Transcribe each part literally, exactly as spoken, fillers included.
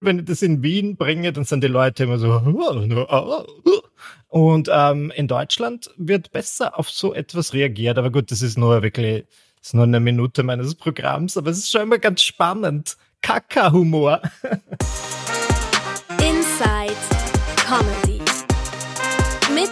Wenn ich das in Wien bringe, dann sind die Leute immer so. Und ähm, in Deutschland wird besser auf so etwas reagiert. Aber gut, das ist nur wirklich, das ist nur eine Minute meines Programms. Aber es ist schon immer ganz spannend. Kaka-Humor. Inside Comedy mit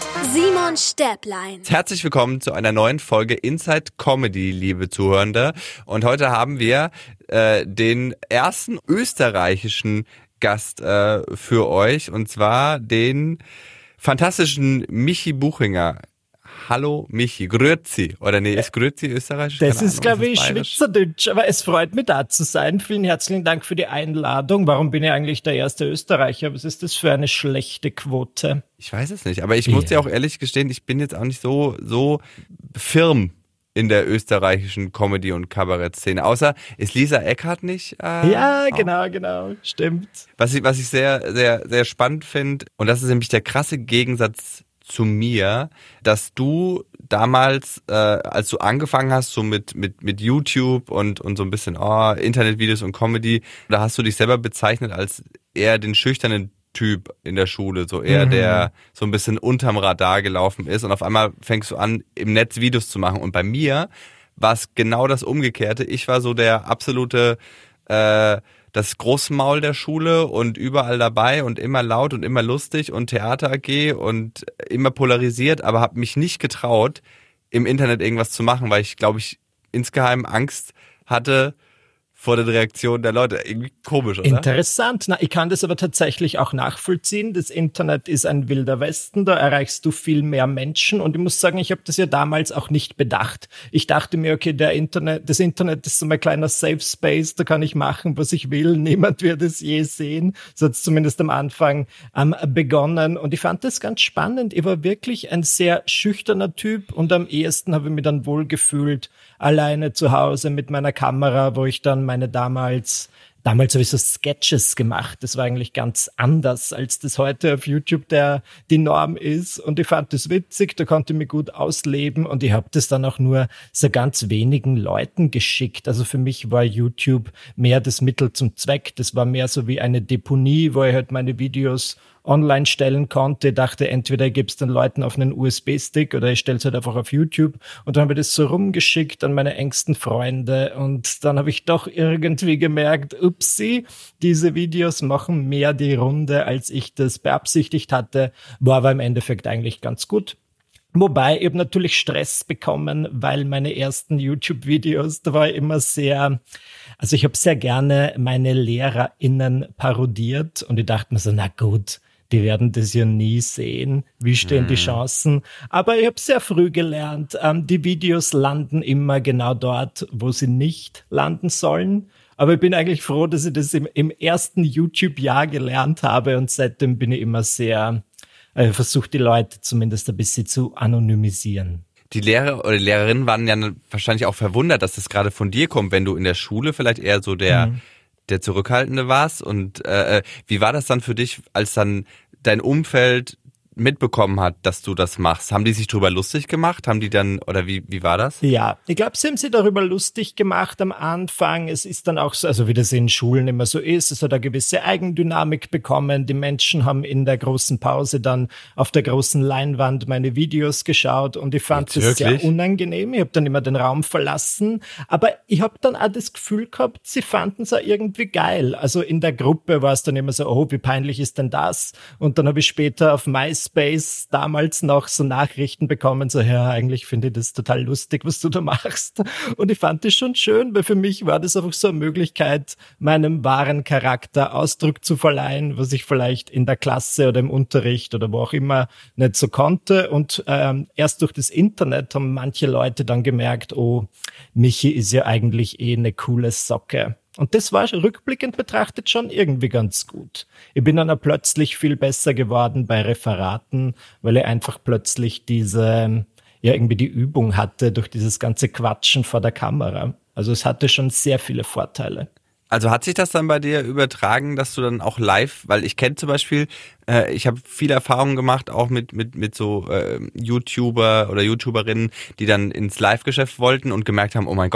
Simon Stäblein. Herzlich willkommen zu einer neuen Folge Inside Comedy, liebe Zuhörende. Und heute haben wir äh, den ersten österreichischen Gast äh, für euch, und zwar den fantastischen Michi Buchinger. Hallo Michi, Grüezi. Oder nee, ist Grüezi österreichisch? Das Keine ist, Ahnung, glaube ich, Schweizerdeutsch, aber es freut mich, da zu sein. Vielen herzlichen Dank für die Einladung. Warum bin ich eigentlich der erste Österreicher? Was ist das für eine schlechte Quote? Ich weiß es nicht, aber ich muss dir auch ehrlich gestehen, ich bin jetzt auch nicht so, so firm in der österreichischen Comedy- und Kabarett-Szene. Außer ist Lisa Eckhardt nicht? Äh, ja, auch. genau, genau. Stimmt. Was ich, was ich sehr, sehr, sehr spannend finde, und das ist nämlich der krasse Gegensatz zu mir, dass du damals, äh, als du angefangen hast, so mit mit mit YouTube und und so ein bisschen oh, Internetvideos und Comedy, da hast du dich selber bezeichnet als eher den schüchternen Typ in der Schule, so eher mhm. der so ein bisschen unterm Radar gelaufen ist, und auf einmal fängst du an, im Netz Videos zu machen. Und bei mir war es genau das Umgekehrte. Ich war so der absolute äh, das Großmaul der Schule und überall dabei und immer laut und immer lustig und Theater A G und immer polarisiert, aber habe mich nicht getraut, im Internet irgendwas zu machen, weil ich, glaube ich, insgeheim Angst hatte vor den Reaktionen der Leute. Irgendwie komisch, oder? Interessant. Na, ich kann das aber tatsächlich auch nachvollziehen. Das Internet ist ein wilder Westen, da erreichst du viel mehr Menschen. Und ich muss sagen, ich habe das ja damals auch nicht bedacht. Ich dachte mir, okay, der Internet, das Internet ist so mein kleiner Safe Space, da kann ich machen, was ich will. Niemand wird es je sehen. So hat es zumindest am Anfang ähm, begonnen. Und ich fand das ganz spannend. Ich war wirklich ein sehr schüchterner Typ, und am ehesten habe ich mich dann wohl gefühlt, alleine zu Hause mit meiner Kamera, wo ich dann meine damals, damals habe ich so Sketches gemacht. Das war eigentlich ganz anders, als das heute auf YouTube der die Norm ist. Und ich fand das witzig, da konnte ich mich gut ausleben, und ich habe das dann auch nur so ganz wenigen Leuten geschickt. Also für mich war YouTube mehr das Mittel zum Zweck. Das war mehr so wie eine Deponie, wo ich halt meine Videos online stellen konnte. Ich dachte, entweder ich gebe es den Leuten auf einen U S B-Stick oder ich stelle es halt einfach auf YouTube. Und dann habe ich das so rumgeschickt an meine engsten Freunde. Und dann habe ich doch irgendwie gemerkt, upsie, diese Videos machen mehr die Runde, als ich das beabsichtigt hatte. War aber im Endeffekt eigentlich ganz gut. Wobei, ich habe natürlich Stress bekommen, weil meine ersten YouTube-Videos, da war ich immer sehr, also ich habe sehr gerne meine LehrerInnen parodiert, und ich dachte mir so, na gut, die werden das ja nie sehen. Wie stehen die Chancen? Aber ich habe sehr früh gelernt, ähm, die Videos landen immer genau dort, wo sie nicht landen sollen. Aber ich bin eigentlich froh, dass ich das im, im ersten YouTube-Jahr gelernt habe, und seitdem bin ich immer sehr, äh, versucht die Leute zumindest ein bisschen zu anonymisieren. Die Lehrer oder die Lehrerinnen waren ja wahrscheinlich auch verwundert, dass das gerade von dir kommt, wenn du in der Schule vielleicht eher so der mhm. der Zurückhaltende warst. Und äh, wie war das dann für dich, als dann dein Umfeld mitbekommen hat, dass du das machst? Haben die sich drüber lustig gemacht? Haben die dann, oder wie wie war das? Ja, ich glaube, sie haben sich darüber lustig gemacht am Anfang. Es ist dann auch so, also wie das in Schulen immer so ist, es hat eine gewisse Eigendynamik bekommen. Die Menschen haben in der großen Pause dann auf der großen Leinwand meine Videos geschaut, und ich fand das sehr unangenehm. Ich habe dann immer den Raum verlassen, aber ich habe dann auch das Gefühl gehabt, sie fanden es auch irgendwie geil. Also in der Gruppe war es dann immer so, oh, wie peinlich ist denn das? Und dann habe ich später auf MySpace Space damals noch so Nachrichten bekommen, so, ja, eigentlich finde ich das total lustig, was du da machst. Und ich fand das schon schön, weil für mich war das einfach so eine Möglichkeit, meinem wahren Charakter Ausdruck zu verleihen, was ich vielleicht in der Klasse oder im Unterricht oder wo auch immer nicht so konnte. Und ähm, erst durch das Internet haben manche Leute dann gemerkt, oh, Michi ist ja eigentlich eh eine coole Socke. Und das war rückblickend betrachtet schon irgendwie ganz gut. Ich bin dann auch plötzlich viel besser geworden bei Referaten, weil ich einfach plötzlich diese, ja, irgendwie die Übung hatte durch dieses ganze Quatschen vor der Kamera. Also es hatte schon sehr viele Vorteile. Also hat sich das dann bei dir übertragen, dass du dann auch live, weil ich kenne zum Beispiel, äh, ich habe viele Erfahrungen gemacht, auch mit mit mit so äh, YouTuber oder YouTuberinnen, die dann ins Live-Geschäft wollten und gemerkt haben, oh mein Gott,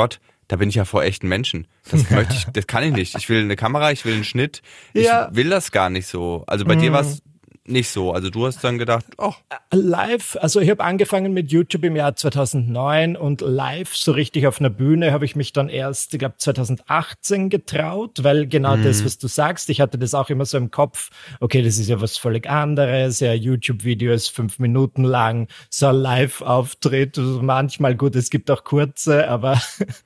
da bin ich ja vor echten Menschen. Das möchte ich, das kann ich nicht. Ich will eine Kamera, ich will einen Schnitt. Ich Ja. will das gar nicht so. Also bei mm. dir war es nicht so. Also du hast dann gedacht, oh. Live, also ich habe angefangen mit YouTube im Jahr zweitausendneun und live so richtig auf einer Bühne habe ich mich dann erst, ich glaube zweitausendachtzehn getraut, weil genau mhm. das, was du sagst, ich hatte das auch immer so im Kopf, okay, das ist ja was völlig anderes, ja, YouTube-Video ist fünf Minuten lang, so ein Live-Auftritt, manchmal gut, es gibt auch kurze, aber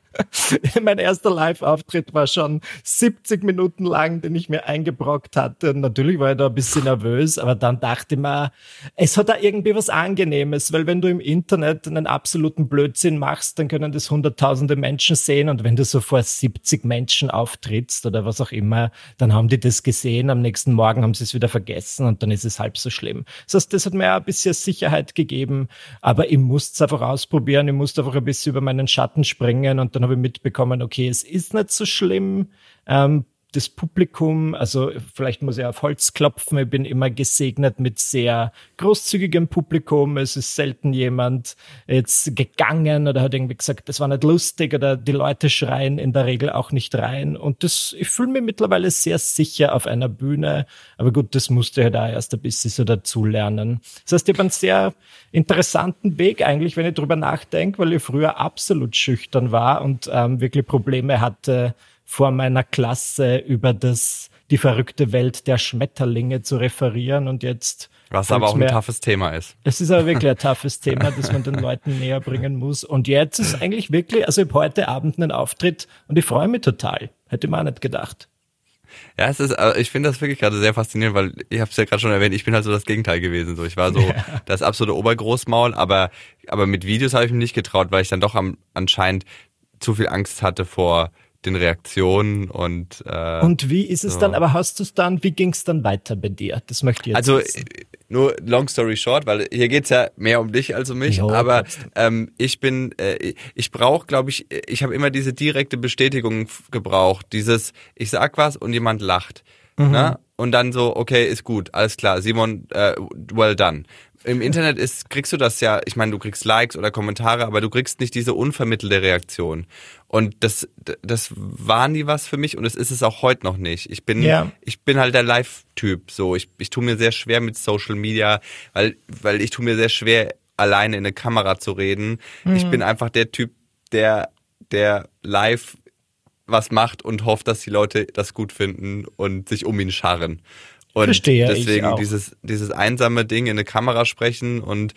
mein erster Live-Auftritt war schon siebzig Minuten lang, den ich mir eingebrockt hatte. Und natürlich war ich da ein bisschen nervös, aber dann dachte ich mir, es hat da irgendwie was Angenehmes, weil wenn du im Internet einen absoluten Blödsinn machst, dann können das hunderttausende Menschen sehen und wenn du so vor siebzig Menschen auftrittst oder was auch immer, dann haben die das gesehen, am nächsten Morgen haben sie es wieder vergessen und dann ist es halb so schlimm. Das heißt, das hat mir ein bisschen Sicherheit gegeben, aber ich musste es einfach ausprobieren, ich musste einfach ein bisschen über meinen Schatten springen und dann habe ich mitbekommen, okay, es ist nicht so schlimm. Ähm, das Publikum, also vielleicht muss ich auf Holz klopfen, ich bin immer gesegnet mit sehr großzügigem Publikum. Es ist selten jemand jetzt gegangen oder hat irgendwie gesagt, das war nicht lustig oder die Leute schreien in der Regel auch nicht rein. Und das, ich fühle mich mittlerweile sehr sicher auf einer Bühne. Aber gut, das musste ich halt auch erst ein bisschen so dazulernen. Das heißt, ich habe einen sehr interessanten Weg eigentlich, wenn ich drüber nachdenke, weil ich früher absolut schüchtern war und ähm, wirklich Probleme hatte, vor meiner Klasse über das, die verrückte Welt der Schmetterlinge zu referieren und jetzt... Was aber auch ein toughes Thema ist. Es ist aber wirklich ein toughes Thema, das man den Leuten näher bringen muss. Und jetzt ist eigentlich wirklich, also ich habe heute Abend einen Auftritt und ich freue mich total. Hätte man auch nicht gedacht. Ja, es ist, ich finde das wirklich gerade sehr faszinierend, weil ich habe es ja gerade schon erwähnt, ich bin halt so das Gegenteil gewesen. So, ich war so ja. das absolute Obergroßmaul, aber aber mit Videos habe ich mich nicht getraut, weil ich dann doch am, anscheinend zu viel Angst hatte vor den Reaktionen und äh, und wie ist es so. dann, aber hast du es dann, wie ging es dann weiter bei dir? Das möchte ich jetzt Also wissen. Nur long story short, weil hier geht's ja mehr um dich als um mich, jo, aber ähm, ich bin, äh, ich brauche, glaube ich, ich habe immer diese direkte Bestätigung gebraucht, dieses, ich sag was und jemand lacht, mhm. ne? Und dann so, okay, ist gut, alles klar, Simon, äh, well done. Im Internet ist, kriegst du das ja, ich meine, du kriegst Likes oder Kommentare, aber du kriegst nicht diese unvermittelte Reaktion. Und das, das war nie was für mich und es ist es auch heute noch nicht. Ich bin, ja. ich bin halt der Live-Typ, so. Ich, ich tue mir sehr schwer mit Social Media, weil, weil ich tue mir sehr schwer, alleine in eine Kamera zu reden. Mhm. Ich bin einfach der Typ, der, der live was macht und hofft, dass die Leute das gut finden und sich um ihn scharren. Und Verstehe deswegen ich auch. dieses dieses einsame Ding in eine Kamera sprechen und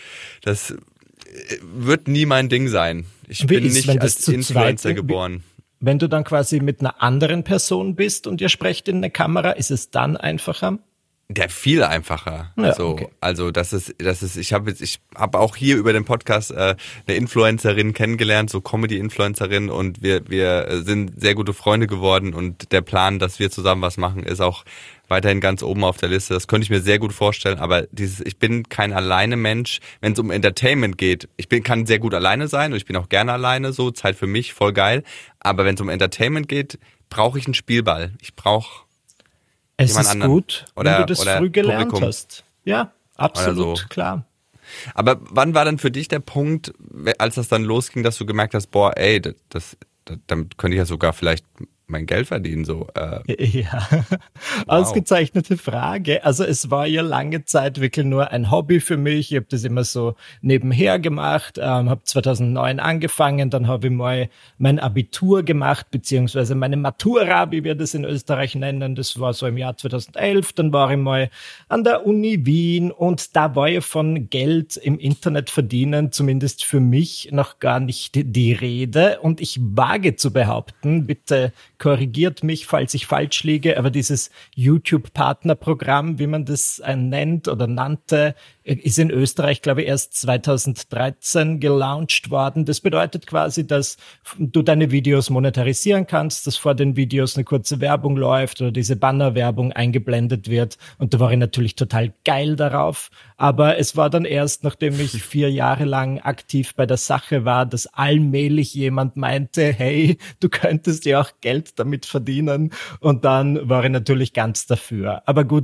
das wird nie mein Ding sein. Ich Wie bin ist, nicht als Influencer zweit, geboren. Wenn du dann quasi mit einer anderen Person bist und ihr sprecht in eine Kamera, ist es dann einfacher? Der viel einfacher. Ja, so, okay. Also das ist, das ist. Ich habe jetzt, ich habe auch hier über den Podcast äh, eine Influencerin kennengelernt, so Comedy-Influencerin, und wir wir sind sehr gute Freunde geworden. Und der Plan, dass wir zusammen was machen, ist auch weiterhin ganz oben auf der Liste. Das könnte ich mir sehr gut vorstellen. Aber dieses, ich bin kein Alleine-Mensch, wenn es um Entertainment geht. Ich bin kann sehr gut alleine sein und ich bin auch gerne alleine. So Zeit für mich, voll geil. Aber wenn es um Entertainment geht, brauche ich einen Spielball. Ich brauche Es ist anderen. gut, oder, wenn du das oder früh gelernt Publikum. hast. Ja, absolut, so. Klar. Aber wann war dann für dich der Punkt, als das dann losging, dass du gemerkt hast, boah, ey, das, das, damit könnte ich ja sogar vielleicht mein Geld verdienen, so. Äh. Ja, wow. Ausgezeichnete Frage. Also es war ja lange Zeit wirklich nur ein Hobby für mich. Ich habe das immer so nebenher gemacht, ähm, habe zweitausendneun angefangen, dann habe ich mal mein Abitur gemacht, beziehungsweise meine Matura, wie wir das in Österreich nennen. Das war so im Jahr zweitausendelf. Dann war ich mal an der Uni Wien und da war ja von Geld im Internet verdienen, zumindest für mich, noch gar nicht die Rede. Und ich wage zu behaupten, bitte korrigiert mich, falls ich falsch liege, aber dieses YouTube-Partnerprogramm, wie man das äh, nennt oder nannte, ist in Österreich, glaube ich, erst zweitausenddreizehn gelauncht worden. Das bedeutet quasi, dass du deine Videos monetarisieren kannst, dass vor den Videos eine kurze Werbung läuft oder diese Bannerwerbung eingeblendet wird. Und da war ich natürlich total geil darauf. Aber es war dann erst, nachdem ich vier Jahre lang aktiv bei der Sache war, dass allmählich jemand meinte, hey, du könntest ja auch Geld damit verdienen. Und dann war ich natürlich ganz dafür. Aber gut,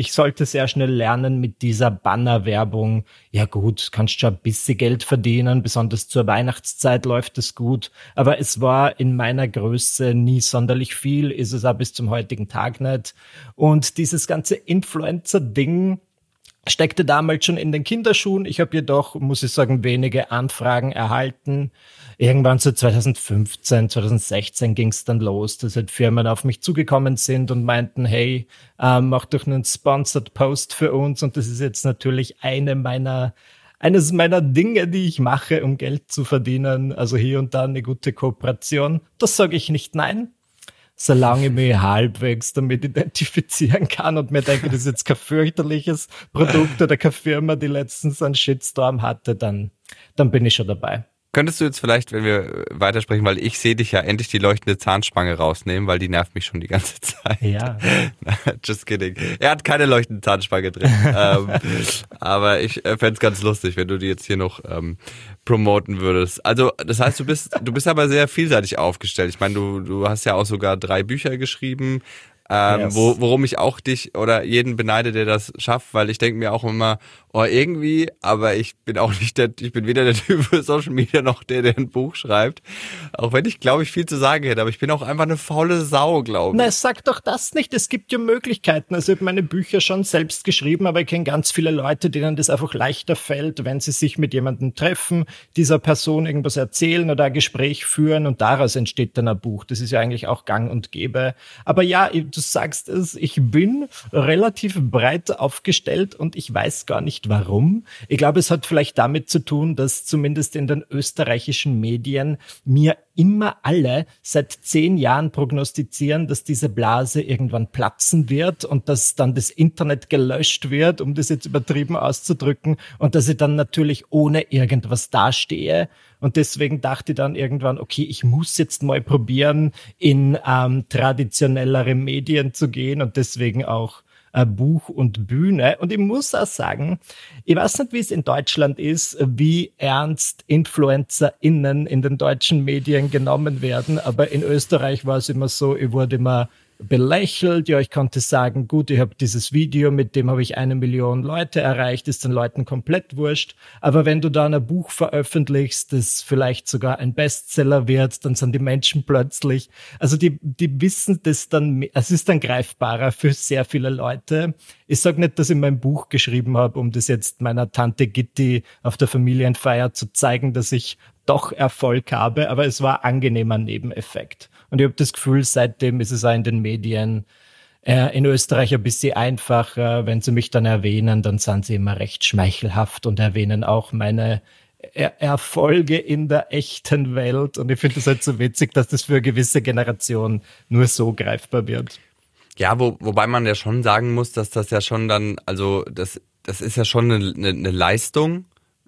ich sollte sehr schnell lernen mit dieser Bannerwerbung. Ja gut, kannst schon ein bisschen Geld verdienen, besonders zur Weihnachtszeit läuft es gut. Aber es war in meiner Größe nie sonderlich viel, ist es auch bis zum heutigen Tag nicht. Und dieses ganze Influencer-Ding steckte damals schon in den Kinderschuhen. Ich habe jedoch, muss ich sagen, wenige Anfragen erhalten. Irgendwann so zwanzig fünfzehn, zwanzig sechzehn ging es dann los, dass halt Firmen auf mich zugekommen sind und meinten, hey, ähm, mach doch einen Sponsored Post für uns. Und das ist jetzt natürlich eine meiner, eines meiner Dinge, die ich mache, um Geld zu verdienen. Also hier und da eine gute Kooperation. Das sage ich nicht nein. Solange ich mich halbwegs damit identifizieren kann und mir denke, das ist jetzt kein fürchterliches Produkt oder keine Firma, die letztens einen Shitstorm hatte, dann, dann bin ich schon dabei. Könntest du jetzt vielleicht, wenn wir weitersprechen, weil ich sehe dich ja, endlich die leuchtende Zahnspange rausnehmen, weil die nervt mich schon die ganze Zeit. Ja. Just kidding. Er hat keine leuchtende Zahnspange drin. ähm, aber ich äh, fände es ganz lustig, wenn du die jetzt hier noch ähm, promoten würdest. Also das heißt, du bist du bist aber sehr vielseitig aufgestellt. Ich meine, du du hast ja auch sogar drei Bücher geschrieben. Ähm, yes. wo, worum ich auch dich oder jeden beneide, der das schafft, weil ich denke mir auch immer, oh irgendwie, aber ich bin auch nicht der, ich bin weder der Typ für Social Media noch der, der ein Buch schreibt. Auch wenn ich, glaube ich, viel zu sagen hätte, aber ich bin auch einfach eine faule Sau, glaube ich. Na, sag doch das nicht, es gibt ja Möglichkeiten. Also ich habe meine Bücher schon selbst geschrieben, aber ich kenne ganz viele Leute, denen das einfach leichter fällt, wenn sie sich mit jemandem treffen, dieser Person irgendwas erzählen oder ein Gespräch führen und daraus entsteht dann ein Buch. Das ist ja eigentlich auch gang und gäbe. Aber ja, du sagst es, ich bin relativ breit aufgestellt und ich weiß gar nicht warum. Ich glaube, es hat vielleicht damit zu tun, dass zumindest in den österreichischen Medien mir immer alle seit zehn Jahren prognostizieren, dass diese Blase irgendwann platzen wird und dass dann das Internet gelöscht wird, um das jetzt übertrieben auszudrücken, und dass ich dann natürlich ohne irgendwas dastehe. Und deswegen dachte ich dann irgendwann, okay, ich muss jetzt mal probieren, in ähm, traditionellere Medien zu gehen und deswegen auch äh, Buch und Bühne. Und ich muss auch sagen, ich weiß nicht, wie es in Deutschland ist, wie ernst InfluencerInnen in den deutschen Medien genommen werden, aber in Österreich war es immer so, ich wurde immer belächelt. Ja, ich konnte sagen, gut, ich habe dieses Video, mit dem habe ich eine Million Leute erreicht, ist den Leuten komplett wurscht. Aber wenn du dann ein Buch veröffentlichst, das vielleicht sogar ein Bestseller wird, dann sind die Menschen plötzlich, also die die wissen das dann, es ist dann greifbarer für sehr viele Leute. Ich sage nicht, dass ich mein Buch geschrieben habe, um das jetzt meiner Tante Gitti auf der Familienfeier zu zeigen, dass ich doch Erfolg habe, aber es war ein angenehmer Nebeneffekt. Und ich habe das Gefühl, seitdem ist es auch in den Medien äh, in Österreich ein bisschen einfacher. Wenn sie mich dann erwähnen, dann sind sie immer recht schmeichelhaft und erwähnen auch meine er- Erfolge in der echten Welt. Und ich finde es halt so witzig, dass das für eine gewisse Generation nur so greifbar wird. Ja, wo, wobei man ja schon sagen muss, dass das ja schon dann, also das, das ist ja schon eine, eine, eine Leistung.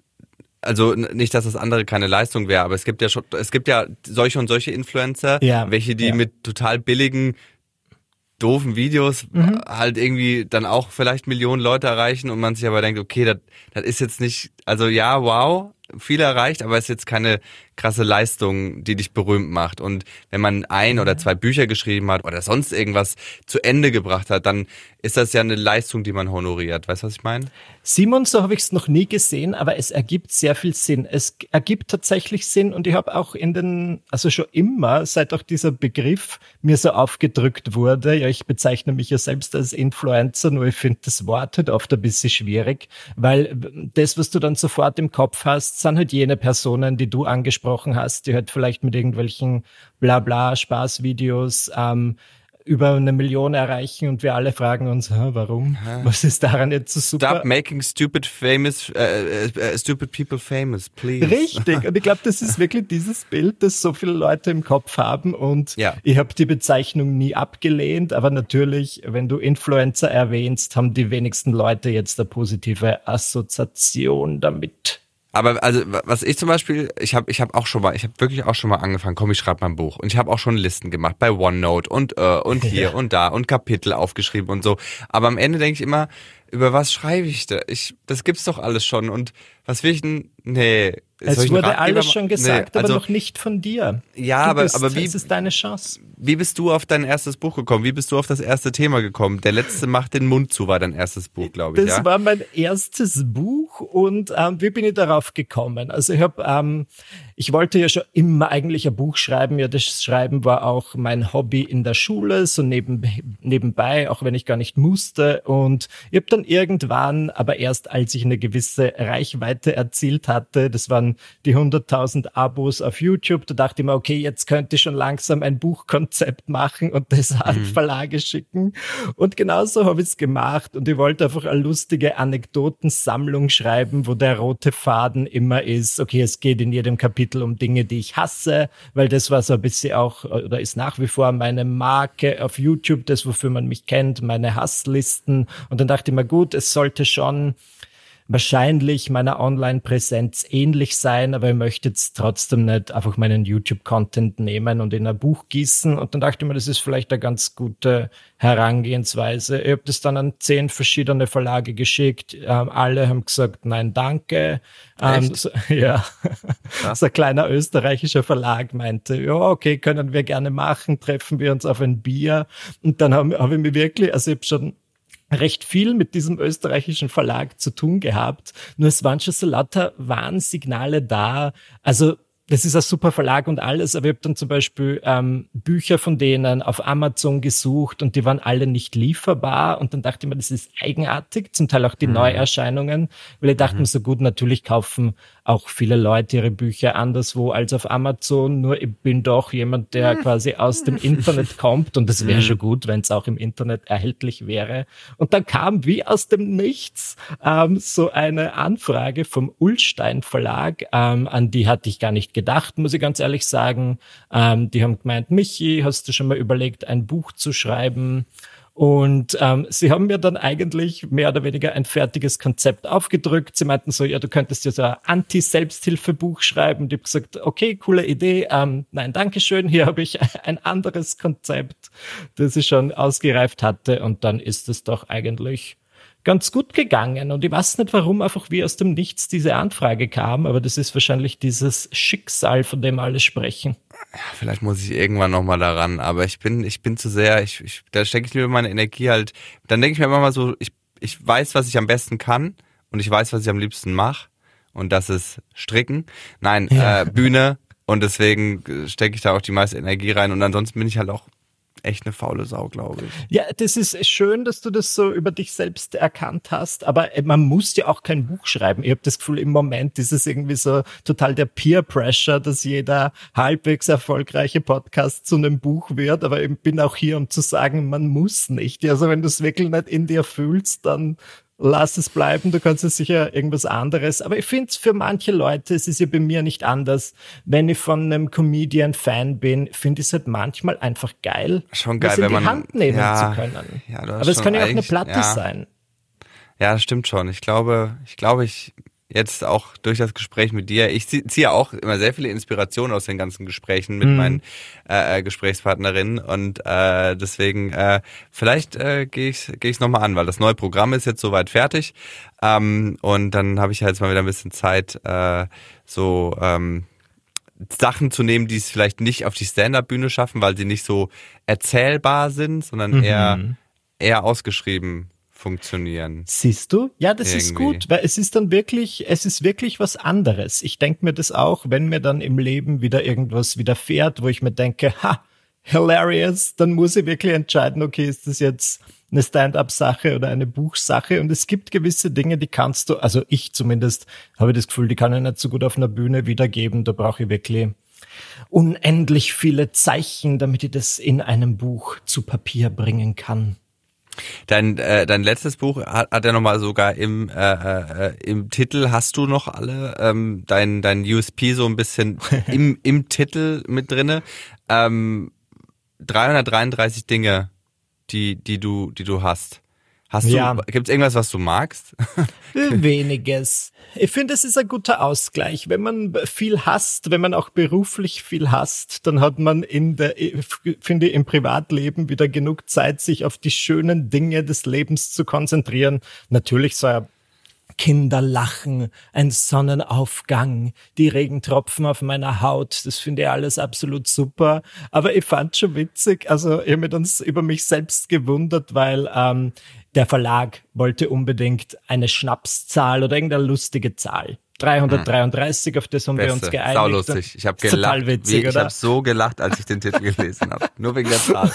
Also nicht, dass das andere keine Leistung wäre, aber es gibt ja schon, es gibt ja solche und solche Influencer, ja, welche die ja. mit total billigen, doofen Videos mhm. halt irgendwie dann auch vielleicht Millionen Leute erreichen und man sich aber denkt, okay, das, das ist jetzt nicht, also ja, wow, viel erreicht, aber es ist jetzt keine krasse Leistung, die dich berühmt macht. Und wenn man ein oder zwei Bücher geschrieben hat oder sonst irgendwas zu Ende gebracht hat, dann ist das ja eine Leistung, die man honoriert. Weißt du, was ich meine? Simon, so habe ich es noch nie gesehen, aber es ergibt sehr viel Sinn. Es ergibt tatsächlich Sinn und ich habe auch in den, also schon immer, seit auch dieser Begriff mir so aufgedrückt wurde, ja, ich bezeichne mich ja selbst als Influencer, nur ich finde das Wort halt oft ein bisschen schwierig, weil das, was du dann sofort im Kopf hast, sind halt jene Personen, die du angesprochen hast, die halt vielleicht mit irgendwelchen Blabla-Spaßvideos ähm, über eine Million erreichen und wir alle fragen uns, warum? Was ist daran jetzt so super? Stop making stupid famous, uh, uh, stupid people famous, please. Richtig. Und ich glaube, das ist wirklich dieses Bild, das so viele Leute im Kopf haben und ja. Ich habe die Bezeichnung nie abgelehnt, aber natürlich, wenn du Influencer erwähnst, haben die wenigsten Leute jetzt eine positive Assoziation damit. Aber also was ich zum Beispiel, ich habe ich hab auch schon mal, ich habe wirklich auch schon mal angefangen, komm, ich schreibe mal ein Buch. Und ich habe auch schon Listen gemacht bei OneNote und äh, und hier ja. und da und Kapitel aufgeschrieben und so. Aber am Ende denke ich immer, über was schreibe ich da? Ich, das gibt's doch alles schon. Und was will ich denn? Nee. Es wurde alles schon gesagt, nee, also, aber noch nicht von dir. Ja, du aber, bist, aber wie, es ist deine Chance. Wie bist du auf dein erstes Buch gekommen? Wie bist du auf das erste Thema gekommen? Der letzte macht den Mund zu, war dein erstes Buch, glaube ich. Das ja? war mein erstes Buch und ähm, wie bin ich darauf gekommen? Also ich habe, ähm, ich wollte ja schon immer eigentlich ein Buch schreiben. Ja, das Schreiben war auch mein Hobby in der Schule, so neben, nebenbei, auch wenn ich gar nicht musste. Und ich habe dann irgendwann, aber erst als ich eine gewisse Reichweite erzielt hatte, das waren die hunderttausend Abos auf YouTube, da dachte ich mir, okay, jetzt könnte ich schon langsam ein Buchkonzept machen und das an mhm. Verlage schicken. Und genauso habe ich es gemacht und ich wollte einfach eine lustige Anekdotensammlung schreiben, wo der rote Faden immer ist, okay, es geht in jedem Kapitel um Dinge, die ich hasse, weil das war so ein bisschen auch, oder ist nach wie vor meine Marke auf YouTube, das, wofür man mich kennt, meine Hasslisten. Und dann dachte ich mir, gut, es sollte schon wahrscheinlich meiner Online-Präsenz ähnlich sein, aber ich möchte jetzt trotzdem nicht einfach meinen YouTube-Content nehmen und in ein Buch gießen. Und dann dachte ich mir, das ist vielleicht eine ganz gute Herangehensweise. Ich habe das dann an zehn verschiedene Verlage geschickt. Ähm, alle haben gesagt, nein, danke. Ähm, so, ja, ja. So ein kleiner österreichischer Verlag meinte, ja, okay, können wir gerne machen, treffen wir uns auf ein Bier. Und dann habe hab ich mir wirklich, also ich habe schon recht viel mit diesem österreichischen Verlag zu tun gehabt. Nur es waren schon so lauter Warnsignale da. Also das ist ein super Verlag und alles, aber ich habe dann zum Beispiel ähm, Bücher von denen auf Amazon gesucht und die waren alle nicht lieferbar und dann dachte ich mir, das ist eigenartig, zum Teil auch die mhm. Neuerscheinungen, weil ich dachte mhm. mir so gut, natürlich kaufen auch viele Leute ihre Bücher anderswo als auf Amazon, nur ich bin doch jemand, der quasi aus dem Internet kommt und das wäre schon gut, wenn es auch im Internet erhältlich wäre. Und dann kam wie aus dem Nichts ähm, so eine Anfrage vom Ullstein Verlag, ähm, an die hatte ich gar nicht gedacht, muss ich ganz ehrlich sagen. Ähm, die haben gemeint, Michi, hast du schon mal überlegt, ein Buch zu schreiben? Und ähm, sie haben mir dann eigentlich mehr oder weniger ein fertiges Konzept aufgedrückt. Sie meinten so, ja, du könntest ja so ein Anti-Selbsthilfe-Buch schreiben. Und ich habe gesagt, okay, coole Idee. Ähm, nein, danke schön. Hier habe ich ein anderes Konzept, das ich schon ausgereift hatte. Und dann ist es doch eigentlich ganz gut gegangen. Und ich weiß nicht, warum einfach wie aus dem Nichts diese Anfrage kam, aber das ist wahrscheinlich dieses Schicksal, von dem alle sprechen. Ja, vielleicht muss ich irgendwann nochmal daran, aber ich bin, ich bin zu sehr, ich, ich, da stecke ich lieber meine Energie halt, dann denke ich mir immer mal so, ich, ich weiß, was ich am besten kann und ich weiß, was ich am liebsten mache und das ist Stricken. Nein, ja. äh, Bühne und deswegen stecke ich da auch die meiste Energie rein und ansonsten bin ich halt auch echt eine faule Sau, glaube ich. Ja, das ist schön, dass du das so über dich selbst erkannt hast, aber man muss ja auch kein Buch schreiben. Ich habe das Gefühl, im Moment ist es irgendwie so total der Peer-Pressure, dass jeder halbwegs erfolgreiche Podcast zu einem Buch wird, aber ich bin auch hier, um zu sagen, man muss nicht. Also wenn du es wirklich nicht in dir fühlst, dann lass es bleiben, du kannst es sicher irgendwas anderes. Aber ich finde es für manche Leute, es ist ja bei mir nicht anders, wenn ich von einem Comedian-Fan bin, finde ich es halt manchmal einfach geil, schon geil, das in wenn die man, Hand nehmen ja, zu können. Ja, aber es kann ja auch eine Platte ja. sein. Ja, das stimmt schon. Ich glaube, ich glaube, ich jetzt auch durch das Gespräch mit dir, ich ziehe auch immer sehr viele Inspirationen aus den ganzen Gesprächen mit mhm. meinen äh, Gesprächspartnerinnen und äh, deswegen äh, vielleicht äh, gehe ich gehe ich nochmal an, weil das neue Programm ist jetzt soweit fertig ähm, und dann habe ich halt jetzt mal wieder ein bisschen Zeit, äh, so ähm, Sachen zu nehmen, die es vielleicht nicht auf die Stand-Up-Bühne schaffen, weil sie nicht so erzählbar sind, sondern mhm. eher eher ausgeschrieben funktionieren. Siehst du? Ja, das Irgendwie. ist gut, weil es ist dann wirklich, es ist wirklich was anderes. Ich denke mir das auch, wenn mir dann im Leben wieder irgendwas widerfährt, wo ich mir denke, ha, hilarious, dann muss ich wirklich entscheiden, okay, ist das jetzt eine Stand-up-Sache oder eine Buchsache? Und es gibt gewisse Dinge, die kannst du, also ich zumindest habe das Gefühl, die kann ich nicht so gut auf einer Bühne wiedergeben, da brauche ich wirklich unendlich viele Zeichen, damit ich das in einem Buch zu Papier bringen kann. Dein äh, dein letztes Buch hat, hat ja nochmal sogar im äh, äh, im Titel, hast du noch alle ähm, dein dein U S P so ein bisschen im im Titel mit drinne. Ähm, dreihundertdreiunddreißig Dinge, die die du die du hast. Hast Ja. du, gibt's irgendwas, was du magst? Weniges. Ich finde, es ist ein guter Ausgleich. Wenn man viel hasst, wenn man auch beruflich viel hasst, dann hat man in der, finde ich, im Privatleben wieder genug Zeit, sich auf die schönen Dinge des Lebens zu konzentrieren. Natürlich so ein Kinder lachen, ein Sonnenaufgang, die Regentropfen auf meiner Haut, das finde ich alles absolut super. Aber ich fand schon witzig, also ich habe mich dann über mich selbst gewundert, weil ähm, der Verlag wollte unbedingt eine Schnapszahl oder irgendeine lustige Zahl. dreihundertdreiunddreißig, auf das haben wir uns Beste, geeinigt. saulustig. Ich habe Total gelacht. witzig, Wie, ich oder? habe so gelacht, als ich den Titel gelesen habe. Nur wegen der Zahl.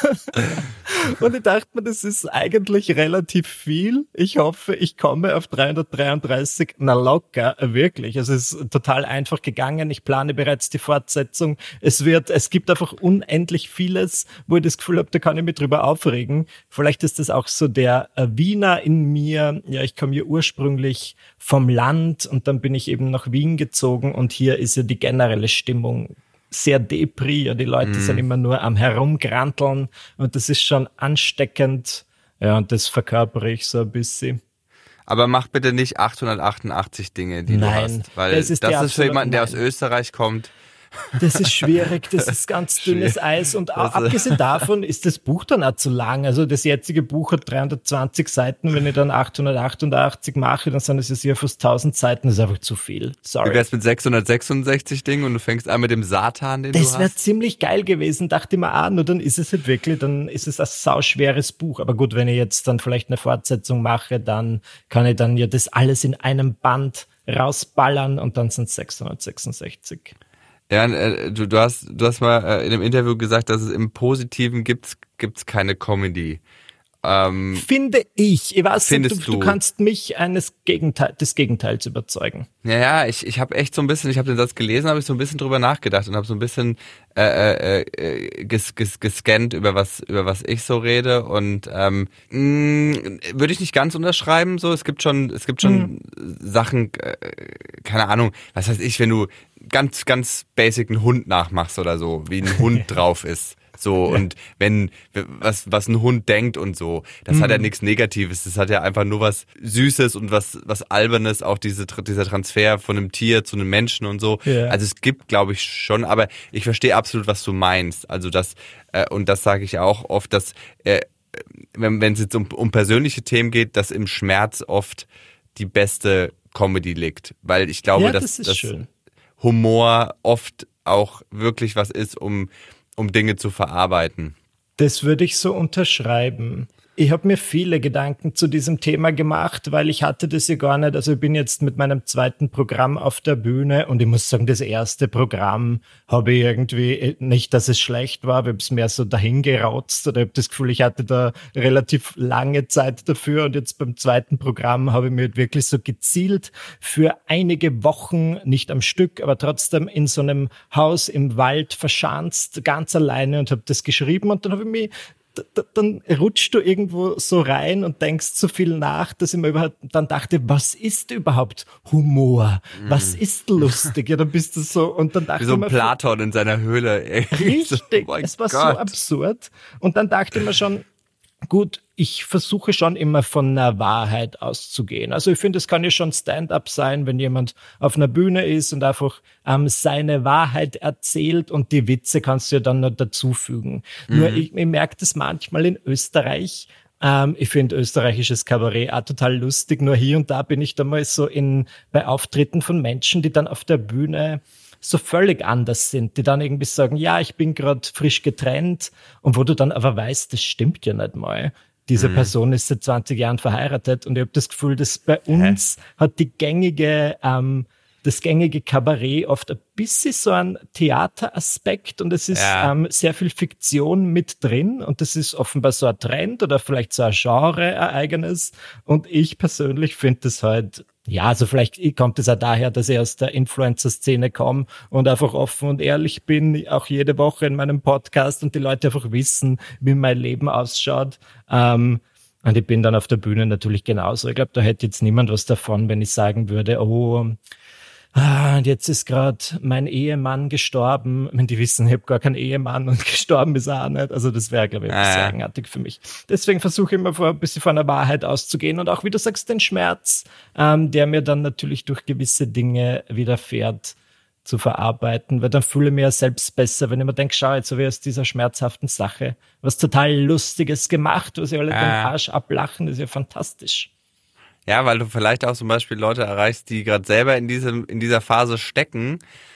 Und ich dachte mir, das ist eigentlich relativ viel. Ich hoffe, ich komme auf dreihundertdreiunddreißig. Na locker, wirklich. Also es ist total einfach gegangen. Ich plane bereits die Fortsetzung. Es wird, es gibt einfach unendlich vieles, wo ich das Gefühl habe, da kann ich mich drüber aufregen. Vielleicht ist das auch so der äh, Wiener in mir. Ja, ich komme ja ursprünglich vom Land und dann bin ich eben nach Wien gezogen und hier ist ja die generelle Stimmung sehr depri, ja, die Leute mm. sind immer nur am Herumgranteln und das ist schon ansteckend, ja, und das verkörpere ich so ein bisschen. Aber mach bitte nicht achthundertachtundachtzig Dinge, die Nein, du hast, weil das das ist, ist, die für jemanden, der absolute- aus Österreich kommt. Das ist schwierig, das ist ganz dünnes Eis und Das- abgesehen davon ist das Buch dann auch zu lang. Also das jetzige Buch hat dreihundertzwanzig Seiten, wenn ich dann achthundertachtundachtzig mache, dann sind es ja sicher fast tausend Seiten, das ist einfach zu viel. Wie Sorry. wär's mit sechshundertsechsundsechzig Dingen und du fängst an mit dem Satan, den Das du wäre hast? ziemlich geil gewesen, dachte ich mir, ah, nur dann ist es halt wirklich, dann ist es ein sauschweres Buch. Aber gut, wenn ich jetzt dann vielleicht eine Fortsetzung mache, dann kann ich dann ja das alles in einem Band rausballern und dann sind es sechshundertsechsundsechzig. Ja, äh, du, du hast, du hast mal äh, in einem Interview gesagt, dass es im Positiven gibt's, gibt's keine Comedy. Ähm, Finde ich. Ich weiß nicht, Findest du, du du? kannst mich eines Gegenteil, des Gegenteils überzeugen. Naja, ich, ich habe echt so ein bisschen, ich habe den Satz gelesen, habe ich so ein bisschen drüber nachgedacht und habe so ein bisschen äh, äh, ges, ges, gescannt, über was über was ich so rede und ähm, mh, würde ich nicht ganz unterschreiben. So, es gibt schon, es gibt schon Mhm. Sachen, äh, keine Ahnung, was weiß ich, wenn du ganz ganz basic einen Hund nachmachst oder so, wie ein Hund drauf ist. So, und wenn, was, was ein Hund denkt und so, das Mhm. hat ja nichts Negatives, das hat ja einfach nur was Süßes und was, was Albernes, auch diese, dieser Transfer von einem Tier zu einem Menschen und so. Ja. Also es gibt, glaube ich, schon, aber ich verstehe absolut, was du meinst. Also das, äh, und das sage ich auch oft, dass, äh, wenn wenn es jetzt um, um persönliche Themen geht, dass im Schmerz oft die beste Comedy liegt. Weil ich glaube, Ja, dass, das ist dass schön. Humor oft auch wirklich was ist, um um Dinge zu verarbeiten. Das würde ich so unterschreiben. Ich habe mir viele Gedanken zu diesem Thema gemacht, weil ich hatte das ja gar nicht. Also ich bin jetzt mit meinem zweiten Programm auf der Bühne und ich muss sagen, das erste Programm habe ich irgendwie, nicht, dass es schlecht war, aber ich habe es mehr so dahingerotzt oder ich habe das Gefühl, ich hatte da relativ lange Zeit dafür und jetzt beim zweiten Programm habe ich mir wirklich so gezielt für einige Wochen, nicht am Stück, aber trotzdem in so einem Haus im Wald verschanzt, ganz alleine und habe das geschrieben und dann habe ich mich dann rutschst du irgendwo so rein und denkst so viel nach, dass ich mir überhaupt dann dachte, was ist überhaupt Humor? Was ist lustig? Ja, dann bist du so, und dann dachte Wie so ich ein mir, Platon in seiner Höhle. richtig, Oh mein es war so Gott. absurd. Und dann dachte ich mir schon, gut, ich versuche schon immer von einer Wahrheit auszugehen. Also ich finde, es kann ja schon Stand-up sein, wenn jemand auf einer Bühne ist und einfach ähm, seine Wahrheit erzählt und die Witze kannst du ja dann noch dazufügen. Mhm. Nur ich, ich merke das manchmal in Österreich. Ähm, ich finde österreichisches Kabarett auch total lustig. Nur hier und da bin ich dann mal so in bei Auftritten von Menschen, die dann auf der Bühne so völlig anders sind, die dann irgendwie sagen, ja, ich bin gerade frisch getrennt und wo du dann aber weißt, das stimmt ja nicht mal. Diese mhm. Person ist seit zwanzig Jahren verheiratet und ich habe das Gefühl, dass bei uns Hä? hat die gängige, ähm, das gängige Kabarett oft ein bisschen so ein Theateraspekt und es ist ja. ähm, sehr viel Fiktion mit drin und das ist offenbar so ein Trend oder vielleicht so ein Genre-Ereignis und ich persönlich finde das halt, ja, also vielleicht kommt es auch daher, dass ich aus der Influencer-Szene komme und einfach offen und ehrlich bin, auch jede Woche in meinem Podcast und die Leute einfach wissen, wie mein Leben ausschaut. Ähm, und ich bin dann auf der Bühne natürlich genauso. Ich glaube, da hätte jetzt niemand was davon, wenn ich sagen würde, oh, Ah, und jetzt ist gerade mein Ehemann gestorben. Wenn die wissen, ich habe gar keinen Ehemann und gestorben ist er auch nicht. Also das wäre, glaube ich, Ah, sehr ja. eigenartig für mich. Deswegen versuche ich immer vor, ein bisschen von der Wahrheit auszugehen und auch, wie du sagst, den Schmerz, ähm, der mir dann natürlich durch gewisse Dinge widerfährt, zu verarbeiten, weil dann fühle ich mich ja selbst besser, wenn ich mir denke, schau, jetzt habe ich aus dieser schmerzhaften Sache was total Lustiges gemacht, wo sie alle Ah. den Arsch ablachen, das ist ja fantastisch. Ja, weil du vielleicht auch zum Beispiel Leute erreichst, die gerade selber in diesem in dieser Phase stecken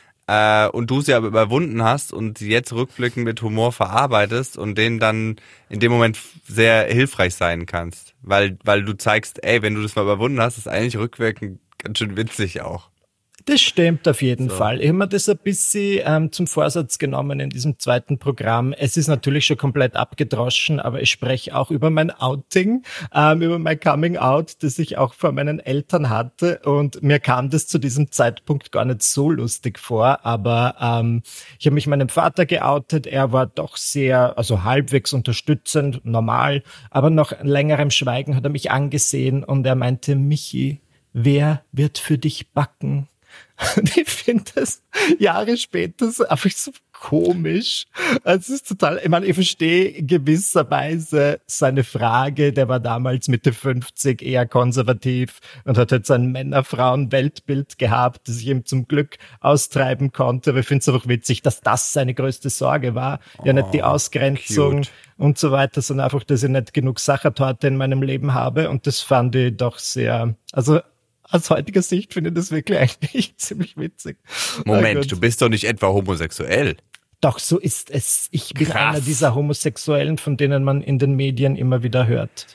äh, und du sie aber überwunden hast und sie jetzt rückblickend mit Humor verarbeitest und denen dann in dem Moment sehr hilfreich sein kannst, weil weil du zeigst, ey, wenn du das mal überwunden hast, ist eigentlich rückwirkend ganz schön witzig auch. Das stimmt auf jeden So. Fall. Ich habe mir das ein bisschen ähm, zum Vorsatz genommen in diesem zweiten Programm. Es ist natürlich schon komplett abgedroschen, aber ich spreche auch über mein Outing, ähm, über mein Coming Out, das ich auch vor meinen Eltern hatte. Und mir kam das zu diesem Zeitpunkt gar nicht so lustig vor, aber ähm, ich habe mich meinem Vater geoutet. Er war doch sehr, also halbwegs unterstützend, normal, aber nach längerem Schweigen hat er mich angesehen und er meinte, Michi, wer wird für dich backen? Und ich finde das Jahre später so einfach so komisch. Es ist total, ich meine, ich verstehe gewisserweise seine Frage, der war damals Mitte fünfzig, eher konservativ und hat halt sein Männer-Frauen-Weltbild gehabt, das ich ihm zum Glück austreiben konnte. Aber ich finde es einfach witzig, dass das seine größte Sorge war. Ja, nicht die Oh, Ausgrenzung cute. und so weiter, sondern einfach, dass ich nicht genug Sachertorte in meinem Leben habe. Und das fand ich doch sehr, also aus heutiger Sicht finde ich das wirklich eigentlich ziemlich witzig. Na Moment, gut. du bist doch nicht etwa homosexuell. Doch, so ist es. Ich bin Krass. einer dieser Homosexuellen, von denen man in den Medien immer wieder hört.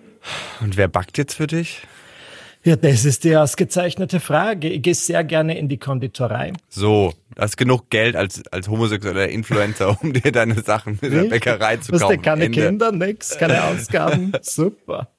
Und wer backt jetzt für dich? Ja, das ist die ausgezeichnete Frage. Ich gehe sehr gerne in die Konditorei. So, du hast genug Geld als, als homosexueller Influencer, um dir deine Sachen in der Bäckerei zu Was kaufen. denn, keine Ende. Kinder, nix, keine Ausgaben. Super.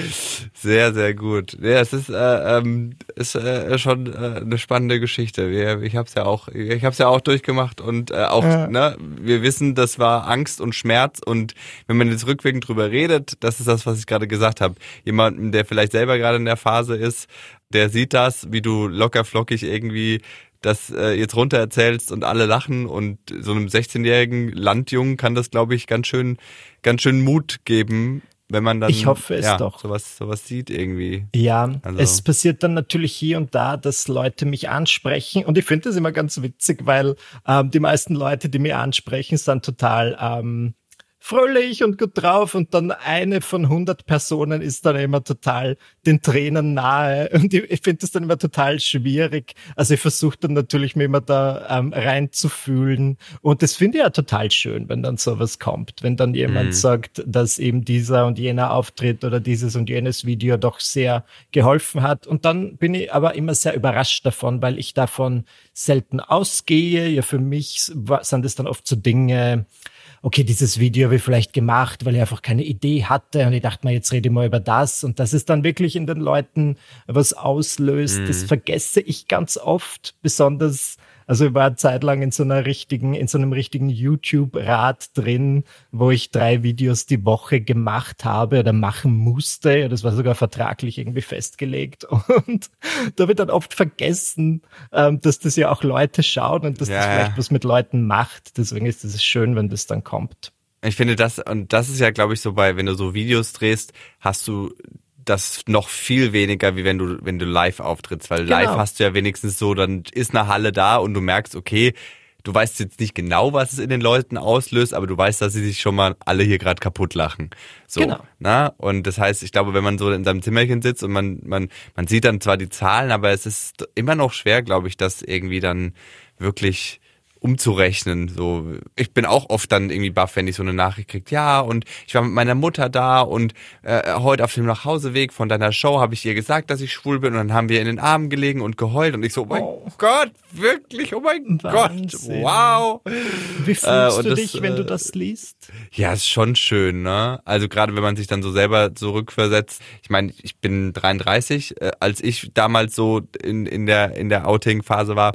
Sehr, sehr gut. Ja, es ist, äh, ähm, ist äh, schon äh, eine spannende Geschichte. Wir, ich habe es ja auch, ich habe es ja auch durchgemacht und äh, auch, Ja. ne, wir wissen, das war Angst und Schmerz und wenn man jetzt rückwirkend drüber redet, das ist das, was ich gerade gesagt habe. Jemanden, der vielleicht selber gerade in der Phase ist, der sieht das, wie du locker flockig irgendwie das äh, jetzt runter erzählst und alle lachen und so einem sechzehnjährigen Landjungen kann das, glaube ich, ganz schön, ganz schön Mut geben. Wenn man dann Ich hoffe es ja, doch. sowas, sowas sieht irgendwie. Ja, Also- es passiert dann natürlich hier und da, dass Leute mich ansprechen und ich finde das immer ganz witzig, weil ähm, die meisten Leute, die mich ansprechen, sind total ähm, fröhlich und gut drauf und dann eine von hundert Personen ist dann immer total den Tränen nahe und ich, ich finde das dann immer total schwierig. Also ich versuche dann natürlich mir immer da ähm, reinzufühlen und das finde ich ja total schön, wenn dann sowas kommt, wenn dann jemand Mhm. sagt, dass eben dieser und jener Auftritt oder dieses und jenes Video doch sehr geholfen hat und dann bin ich aber immer sehr überrascht davon, weil ich davon selten ausgehe. Ja, für mich wa- sind es dann oft so Dinge, okay, dieses Video habe ich vielleicht gemacht, weil ich einfach keine Idee hatte und ich dachte mir, jetzt rede ich mal über das und dass es dann wirklich in den Leuten was auslöst, das vergesse ich ganz oft, besonders, also ich war eine Zeit lang in so einer richtigen, in so einem richtigen YouTube-Rad drin, wo ich drei Videos die Woche gemacht habe oder machen musste, ja, das war sogar vertraglich irgendwie festgelegt und da habe ich dann oft vergessen, ähm, dass das ja auch Leute schauen und dass Ja, das ja. vielleicht was mit Leuten macht. Deswegen ist es schön, wenn das dann kommt. Ich finde das, und das ist ja, glaube ich, so bei, wenn du so Videos drehst, hast du das noch viel weniger, wie wenn du, wenn du live auftrittst, weil Genau. live hast du ja wenigstens so, dann ist eine Halle da und du merkst, okay, du weißt jetzt nicht genau, was es in den Leuten auslöst, aber du weißt, dass sie sich schon mal alle hier gerade kaputt lachen. So, Genau. na? Und das heißt, ich glaube, wenn man so in seinem Zimmerchen sitzt und man, man, man sieht dann zwar die Zahlen, aber es ist immer noch schwer, glaube ich, das irgendwie dann wirklich umzurechnen. So, ich bin auch oft dann irgendwie baff, wenn ich so eine Nachricht kriege. Ja, und ich war mit meiner Mutter da und äh, heute auf dem Nachhauseweg von deiner Show habe ich ihr gesagt, dass ich schwul bin und dann haben wir in den Armen gelegen und geheult und ich so, oh mein Oh. Gott, wirklich, oh mein Wahnsinn. Gott, wow. Wie fühlst Äh, und du das, dich, wenn du äh, das liest? Ja, ist schon schön, ne? Also gerade wenn man sich dann so selber zurückversetzt. Ich meine, ich bin dreiunddreißig, äh, als ich damals so in in der in der Outing-Phase war,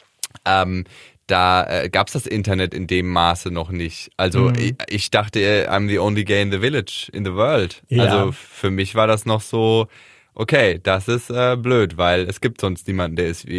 ähm, da äh, gab's das Internet in dem Maße noch nicht. Also Mhm. ich, ich dachte, äh, I'm the only gay in the village, in the world. Ja. Also für mich war das noch so, okay, das ist äh, blöd, weil es gibt sonst niemanden, der ist wie ich.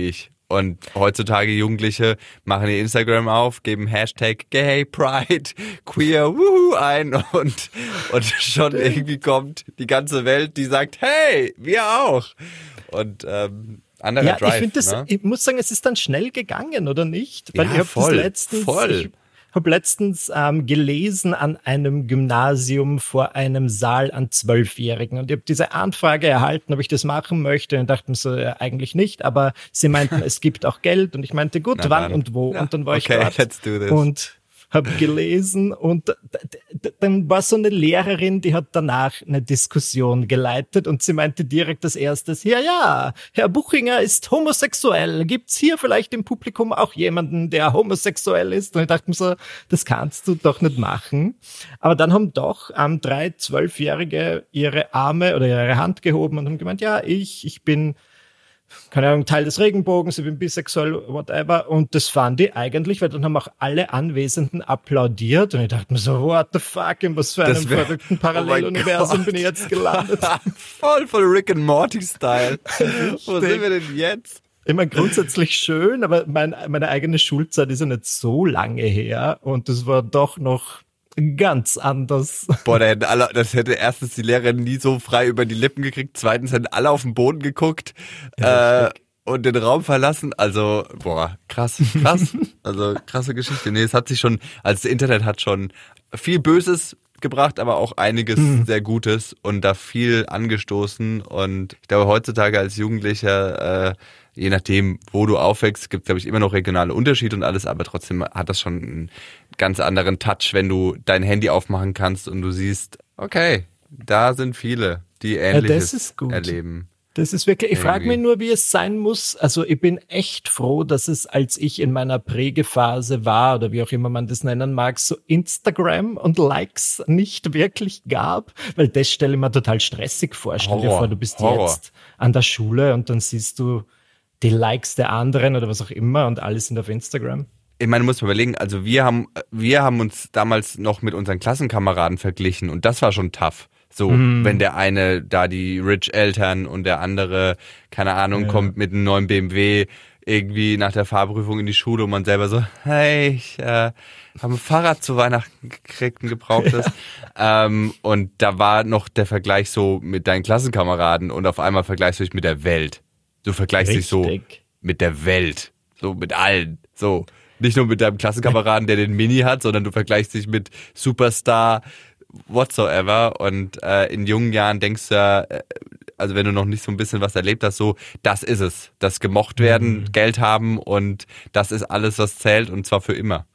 Und heutzutage Jugendliche machen ihr Instagram auf, geben Hashtag Gay, Pride, Queer, Wuhu ein und, und schon irgendwie kommt die ganze Welt, die sagt, hey, wir auch. Und ähm, anderer ja, Drive. Ich finde das, ne? ich muss sagen, es ist dann schnell gegangen, oder nicht? Weil Ja, ich habe das voll, letztens, voll. ich habe letztens ähm, gelesen an einem Gymnasium vor einem Saal an Zwölfjährigen und ich habe diese Anfrage erhalten, ob ich das machen möchte und dachte mir so, ja, eigentlich nicht, aber sie meinten, es gibt auch Geld und ich meinte, gut, Na wann dann. und wo? Ja, Und dann war okay, ich dort let's do this. und habe gelesen und d- d- dann war so eine Lehrerin, die hat danach eine Diskussion geleitet und sie meinte direkt als erstes, ja, ja, Herr Buchinger ist homosexuell. Gibt's hier vielleicht im Publikum auch jemanden, der homosexuell ist? Und ich dachte mir so, das kannst du doch nicht machen. Aber dann haben doch ähm, drei Zwölfjährige ihre Arme oder ihre Hand gehoben und haben gemeint, ja, ich, ich bin keine Ahnung, Teil des Regenbogens, ich bin bisexuell, whatever. Und das fanden die eigentlich, weil dann haben auch alle Anwesenden applaudiert. Und ich dachte mir so, what the fuck, in was für einem Das wär- verrückten Oh Paralleluniversum mein bin ich jetzt gelandet. voll, voll Rick and Morty-Style. Wo sind wir denn jetzt? Ich meine, grundsätzlich schön, aber mein, meine eigene Schulzeit ist ja nicht so lange her. Und das war doch noch ganz anders. Boah, da hätten alle, das hätte erstens die Lehrerin nie so frei über die Lippen gekriegt, zweitens hätten alle auf den Boden geguckt Ja, äh, und den Raum verlassen. Also, boah, krass, krass. Also krasse Geschichte. Nee, es hat sich schon, also das Internet hat schon viel Böses gebracht, aber auch einiges Mhm. sehr Gutes und da viel angestoßen. Und ich glaube, heutzutage als Jugendlicher, äh, je nachdem, wo du aufwächst, gibt es, glaube ich, immer noch regionale Unterschiede und alles, aber trotzdem hat das schon einen ganz anderen Touch, wenn du dein Handy aufmachen kannst und du siehst, okay, da sind viele, die Ähnliches ist gut. erleben. Das ist wirklich, ich frage mich Irgendwie. nur, wie es sein muss. Also ich bin echt froh, dass es, als ich in meiner Prägephase war oder wie auch immer man das nennen mag, so Instagram und Likes nicht wirklich gab, weil das stelle ich mir total stressig vor. Stell dir Horror, vor, du bist Horror. jetzt an der Schule und dann siehst du die Likes der anderen oder was auch immer und alles sind auf Instagram. Ich meine, du musst mal überlegen, also wir haben, wir haben uns damals noch mit unseren Klassenkameraden verglichen und das war schon tough. So, Mhm. wenn der eine da die Rich Eltern und der andere, keine Ahnung, Ja. kommt mit einem neuen B M W irgendwie nach der Fahrprüfung in die Schule und man selber so, hey, ich äh, habe ein Fahrrad zu Weihnachten gekriegt, ein gebrauchtes. Ähm, und da war noch der Vergleich so mit deinen Klassenkameraden und auf einmal vergleichst du dich mit der Welt. Du vergleichst dich so Richtig. mit der Welt, so mit allen, so. Nicht nur mit deinem Klassenkameraden, der den Mini hat, sondern du vergleichst dich mit Superstar, whatsoever. Und äh, in jungen Jahren denkst du, äh, also wenn du noch nicht so ein bisschen was erlebt hast, so, das ist es. Das gemocht werden, Mhm. Geld haben und das ist alles, was zählt und zwar für immer.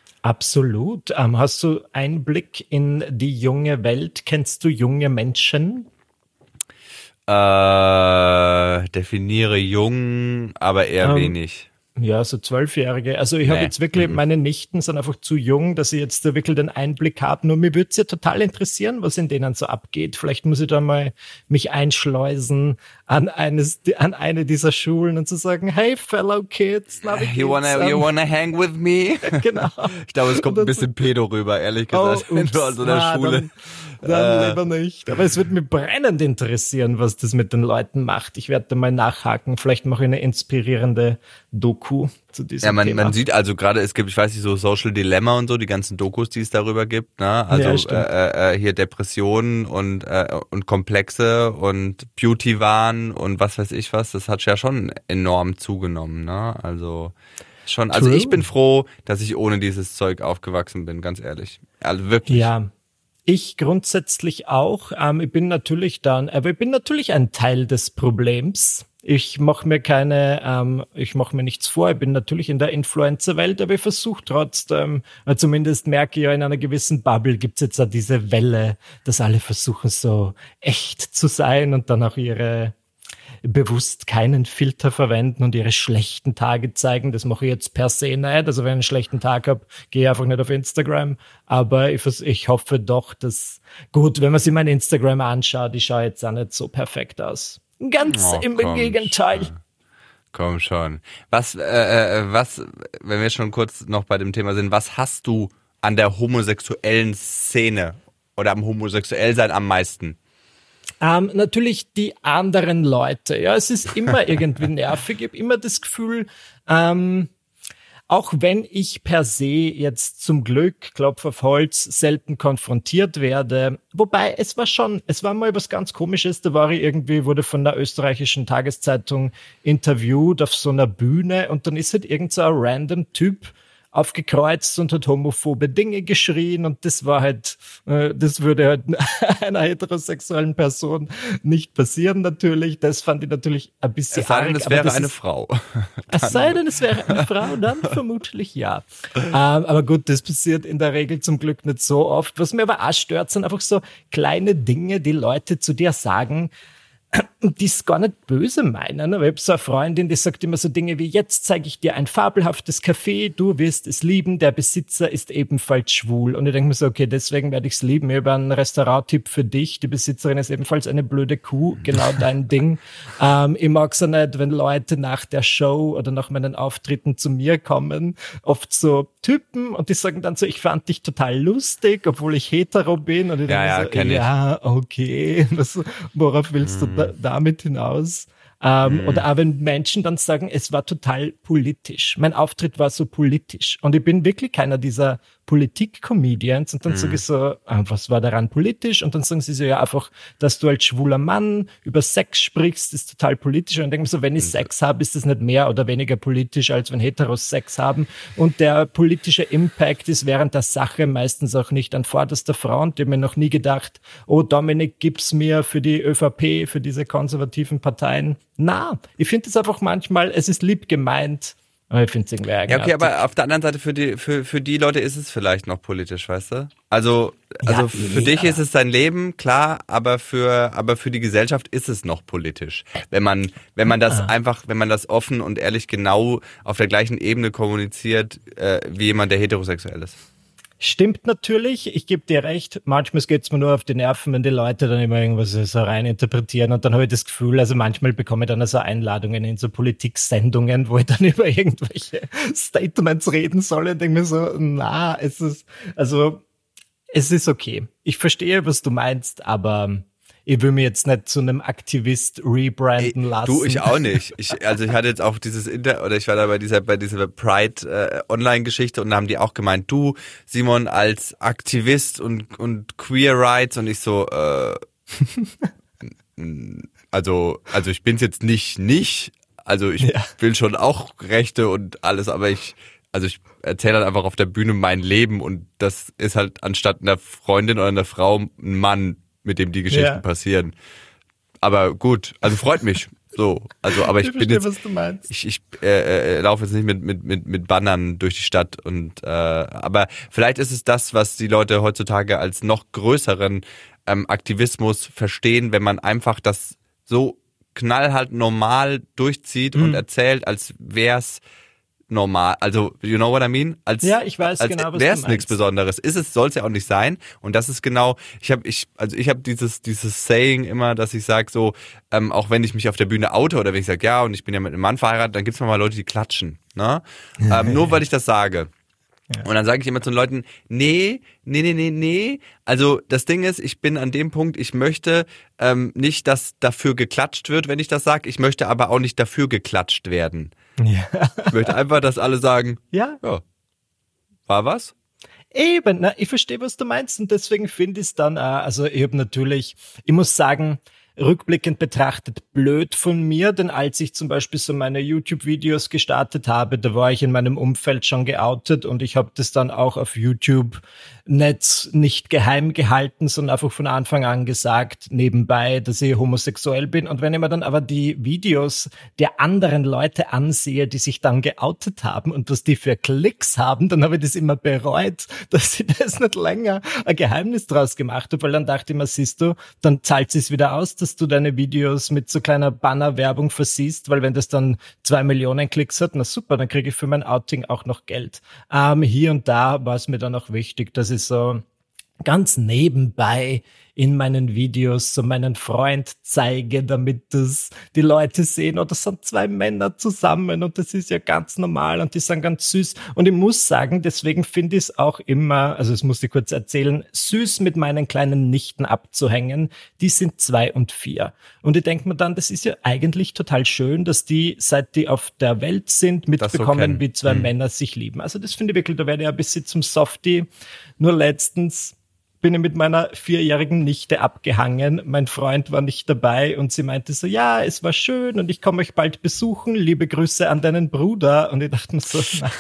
Absolut. Ähm, hast du Einblick in die junge Welt? Kennst du junge Menschen? Äh, definiere jung, aber eher Ähm, wenig. Ja, so Zwölfjährige. Also ich habe Nee. jetzt wirklich, Mhm. meine Nichten sind einfach zu jung, dass ich jetzt da wirklich den Einblick habe. Nur mir würde es ja total interessieren, was in denen so abgeht. Vielleicht muss ich da mal mich einschleusen an eines, an eine dieser Schulen und zu sagen, hey, fellow kids, na, wie You wanna, geht's? you Ähm, wanna hang with me? Genau. Ich glaube, es kommt Und ein dann bisschen Pedo rüber, ehrlich Oh, gesagt, wenn du an so einer na, Schule. Dann, dann Äh. lieber nicht. Aber es würde mich brennend interessieren, was das mit den Leuten macht. Ich werde da mal nachhaken. Vielleicht mache ich eine inspirierende Doku zu diesem Ja, man, Thema. man sieht also gerade, es gibt, ich weiß nicht, so Social Dilemma und so, die ganzen Dokus, die es darüber gibt, ne? Also Ja, stimmt. äh, äh, hier Depressionen und äh, und Komplexe und Beauty-Wahn und was weiß ich was, das hat ja schon enorm zugenommen, ne? Also schon, also True. ich bin froh, dass ich ohne dieses Zeug aufgewachsen bin, ganz ehrlich. Also wirklich. Ja, ich grundsätzlich auch. Ähm, ich bin natürlich dann, aber ich bin natürlich ein Teil des Problems. Ich mache mir keine, ähm, ich mache mir nichts vor. Ich bin natürlich in der Influencer-Welt, aber ich versuche trotzdem, äh, zumindest merke ich ja, in einer gewissen Bubble gibt's jetzt auch diese Welle, dass alle versuchen so echt zu sein und dann auch ihre bewusst keinen Filter verwenden und ihre schlechten Tage zeigen. Das mache ich jetzt per se nicht. Also wenn ich einen schlechten Tag habe, gehe ich einfach nicht auf Instagram. Aber ich, vers- ich hoffe doch, dass, gut, wenn man sich mein Instagram anschaut, ich schaue jetzt auch nicht so perfekt aus. Ganz Oh, im komm Gegenteil. schon. Komm schon. Was, äh, äh, was, wenn wir schon kurz noch bei dem Thema sind, was hast du an der homosexuellen Szene oder am Homosexuellsein am meisten? Ähm, natürlich die anderen Leute. Ja, es ist immer irgendwie nervig. Ich habe immer das Gefühl, ähm, auch wenn ich per se jetzt zum Glück, Klopf auf Holz, selten konfrontiert werde, wobei es war schon, es war mal was ganz Komisches, da war ich irgendwie, wurde von der österreichischen Tageszeitung interviewt auf so einer Bühne und dann ist halt irgend so ein random Typ aufgekreuzt und hat homophobe Dinge geschrien und das war halt, äh, das würde halt einer heterosexuellen Person nicht passieren natürlich. Das fand ich natürlich ein bisschen Es sei denn, arg, es wäre eine ist, Frau. Es sei denn, es wäre eine Frau, dann vermutlich ja. ähm, aber gut, das passiert in der Regel zum Glück nicht so oft. Was mir aber auch stört, sind einfach so kleine Dinge, die Leute zu dir sagen, die es gar nicht böse meinen. Aber ich habe so eine Freundin, die sagt immer so Dinge wie, jetzt zeige ich dir ein fabelhaftes Café, du wirst es lieben, der Besitzer ist ebenfalls schwul. Und ich denke mir so, okay, deswegen werde ich es lieben. Ich habe einen Restauranttipp für dich, die Besitzerin ist ebenfalls eine blöde Kuh, genau dein Ding. Ähm, ich mag es auch nicht, wenn Leute nach der Show oder nach meinen Auftritten zu mir kommen, oft so Typen und die sagen dann so, ich fand dich total lustig, obwohl ich hetero bin. Und ich Ja, denke ja, so, kenn ich. ja, okay, was, worauf willst du da, damit hinaus? Ähm, mm. Oder auch wenn Menschen dann sagen, es war total politisch. Mein Auftritt war so politisch. Und ich bin wirklich keiner dieser Politik-Comedians. Und dann mm. sage ich so, ah, was war daran politisch? Und dann sagen sie so, ja, einfach, dass du als schwuler Mann über Sex sprichst, ist total politisch. Und dann denke ich mir so, wenn ich mm. Sex habe, ist das nicht mehr oder weniger politisch, als wenn Heteros Sex haben. Und der politische Impact ist während der Sache meistens auch nicht an vorderster Front. Ich habe mir noch nie gedacht, oh, Dominik, gib's mir für die ÖVP, für diese konservativen Parteien. Na, ich finde es einfach manchmal, es ist lieb gemeint, aber ich finde es irgendwie eigenartig. Ja, okay, aber auf der anderen Seite, für die, für, für die Leute ist es vielleicht noch politisch, weißt du? Also, also ja, für ja. dich ist es dein Leben, klar, aber für, aber für die Gesellschaft ist es noch politisch. Wenn man, wenn man das ah. einfach, wenn man das offen und ehrlich genau auf der gleichen Ebene kommuniziert, äh, wie jemand, der heterosexuell ist. Stimmt natürlich, ich gebe dir recht, manchmal geht's mir nur auf die Nerven, wenn die Leute dann immer irgendwas so rein interpretieren und dann habe ich das Gefühl, also manchmal bekomme ich dann also Einladungen in so Politiksendungen, wo ich dann über irgendwelche Statements reden soll und denke mir so, na, es ist, also es ist okay. Ich verstehe, was du meinst, aber ich will mich jetzt nicht zu einem Aktivist rebranden lassen. Du, ich auch nicht. Ich, also ich hatte jetzt auch dieses Inter, oder ich war da bei dieser, bei dieser Pride äh, Online-Geschichte und da haben die auch gemeint, du, Simon, als Aktivist und, und Queer Rights und ich so, äh, also, also ich bin's jetzt nicht, nicht, also ich ja. will schon auch Rechte und alles, aber ich, also ich erzähle dann einfach auf der Bühne mein Leben und das ist halt anstatt einer Freundin oder einer Frau ein Mann, mit dem die Geschichten ja. passieren. Aber gut, also freut mich. So, also aber ich, ich bin verstehe, jetzt, was du meinst. ich, ich äh, äh, laufe jetzt nicht mit mit mit mit Bannern durch die Stadt und äh, aber vielleicht ist es das, was die Leute heutzutage als noch größeren ähm, Aktivismus verstehen, wenn man einfach das so knallhart normal durchzieht mhm. und erzählt, als wär's normal, also you know what I mean? Als, ja, ich weiß als genau, was wäre du es nichts Besonderes. Ist es, soll es ja auch nicht sein. Und das ist genau, ich habe, ich, also ich habe dieses dieses Saying immer, dass ich sage so, ähm, auch wenn ich mich auf der Bühne oute oder wenn ich sage, ja, und ich bin ja mit einem Mann verheiratet, dann gibt's mal Leute, die klatschen, ne? ähm, nur weil ich das sage. Ja. Und dann sage ich immer zu den Leuten, nee, nee, nee, nee, nee. Also das Ding ist, ich bin an dem Punkt, ich möchte ähm, nicht, dass dafür geklatscht wird, wenn ich das sage. Ich möchte aber auch nicht dafür geklatscht werden. Ja. Ich möchte einfach, dass alle sagen, ja, ja, war was? Eben, na, ich verstehe, was du meinst und deswegen finde ich es dann, auch, also ich habe natürlich, ich muss sagen, rückblickend betrachtet blöd von mir, denn als ich zum Beispiel so meine YouTube-Videos gestartet habe, da war ich in meinem Umfeld schon geoutet und ich habe das dann auch auf YouTube nicht, nicht geheim gehalten, sondern einfach von Anfang an gesagt, nebenbei, dass ich homosexuell bin. Und wenn ich mir dann aber die Videos der anderen Leute ansehe, die sich dann geoutet haben und was die für Klicks haben, dann habe ich das immer bereut, dass ich das nicht länger ein Geheimnis draus gemacht habe, weil dann dachte ich mir, siehst du, dann zahlt es wieder aus, dass du deine Videos mit so kleiner Bannerwerbung versiehst, weil wenn das dann zwei Millionen Klicks hat, na super, dann kriege ich für mein Outing auch noch Geld. Ähm, hier und da war es mir dann auch wichtig, dass ich so ganz nebenbei in meinen Videos so meinen Freund zeige, damit das die Leute sehen, oh, das sind zwei Männer zusammen und das ist ja ganz normal und die sind ganz süß. Und ich muss sagen, deswegen finde ich es auch immer, also das muss ich kurz erzählen, süß mit meinen kleinen Nichten abzuhängen. Die sind zwei und vier. Und ich denke mir dann, das ist ja eigentlich total schön, dass die, seit die auf der Welt sind, mitbekommen, so wie zwei hm. Männer sich lieben. Also das finde ich wirklich, da werde ich ein bisschen zum Softie. Nur letztens bin ich mit meiner vierjährigen Nichte abgehangen. Mein Freund war nicht dabei und sie meinte so, ja, es war schön und ich komme euch bald besuchen. Liebe Grüße an deinen Bruder. Und ich dachte mir so, na.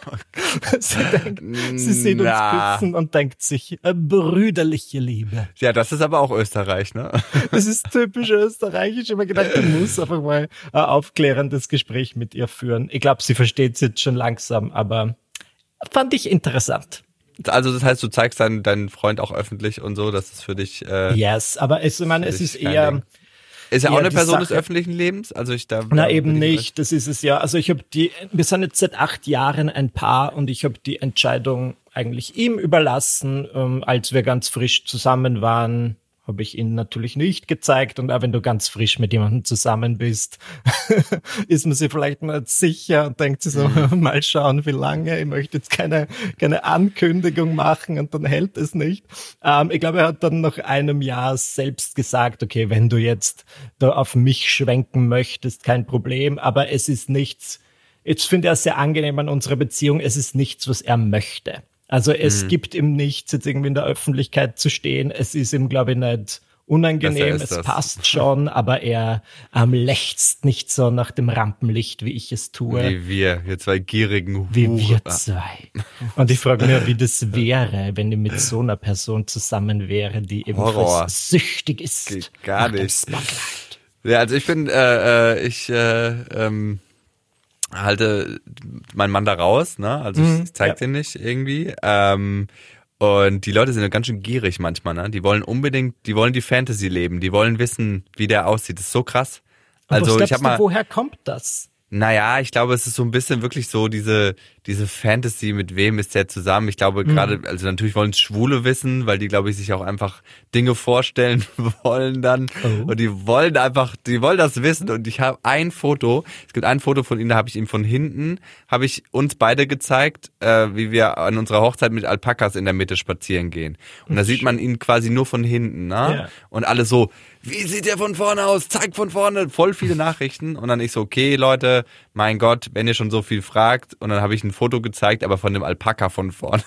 sie, denkt, sie sieht uns küssen und denkt sich, äh, brüderliche Liebe. Ja, das ist aber auch Österreich, ne? Das ist typisch österreichisch. Ich habe mir gedacht, du musst einfach mal ein aufklärendes Gespräch mit ihr führen. Ich glaube, sie versteht es jetzt schon langsam, aber fand ich interessant. Also das heißt, du zeigst deinen, deinen Freund auch öffentlich und so, das ist für dich... Äh, yes, aber es, ich meine, es ist eher... Ding. Ist ja auch eher eine Person Sache. des öffentlichen Lebens? Also ich da. Na eben nicht, das ist es ja. Also ich habe die, wir sind jetzt seit acht Jahren ein Paar und ich habe die Entscheidung eigentlich ihm überlassen, ähm, als wir ganz frisch zusammen waren. Habe ich ihn natürlich nicht gezeigt. Und auch wenn du ganz frisch mit jemandem zusammen bist, ist man sich vielleicht mal sicher und denkt sich so, mhm. mal schauen, wie lange. Ich möchte jetzt keine, keine Ankündigung machen und dann hält es nicht. Ähm, ich glaube, er hat dann nach einem Jahr selbst gesagt, okay, wenn du jetzt da auf mich schwenken möchtest, kein Problem. Aber es ist nichts, jetzt finde ich es sehr angenehm an unserer Beziehung, es ist nichts, was er möchte. Also es mhm. gibt ihm nichts, jetzt irgendwie in der Öffentlichkeit zu stehen. Es ist ihm, glaube ich, nicht unangenehm. Es das. passt schon, aber er ähm, lechzt nicht so nach dem Rampenlicht, wie ich es tue. Wie wir, wir zwei gierigen Hure. Wie wir zwei. Und ich frage mich, wie das wäre, wenn ich mit so einer Person zusammen wäre, die ebenfalls süchtig ist. Geht gar nicht. Ja, also ich bin, äh, äh, ich, äh, ähm, halte meinen Mann da raus, ne? Also ich mhm, zeig ja. den nicht irgendwie. Ähm, und die Leute sind ja ganz schön gierig manchmal, ne? Die wollen unbedingt, die wollen die Fantasy leben, die wollen wissen, wie der aussieht. Das ist so krass. Also ich hab mal. Du, woher kommt das? Naja, ich glaube, es ist so ein bisschen wirklich so diese diese Fantasy, mit wem ist der zusammen. Ich glaube mhm. gerade, also natürlich wollen es Schwule wissen, weil die, glaube ich, sich auch einfach Dinge vorstellen wollen dann. Oh. Und die wollen einfach, die wollen das wissen. Und ich habe ein Foto, es gibt ein Foto von ihm, da habe ich ihm von hinten, habe ich uns beide gezeigt, äh, wie wir an unserer Hochzeit mit Alpakas in der Mitte spazieren gehen. Und da sieht man ihn quasi nur von hinten, ne? Ja. Und alle so, wie sieht der von vorne aus? Zeig von vorne. Voll viele Nachrichten. Und dann ich so, okay, Leute, mein Gott, wenn ihr schon so viel fragt. Und dann habe ich ein Foto gezeigt, aber von dem Alpaka von vorne.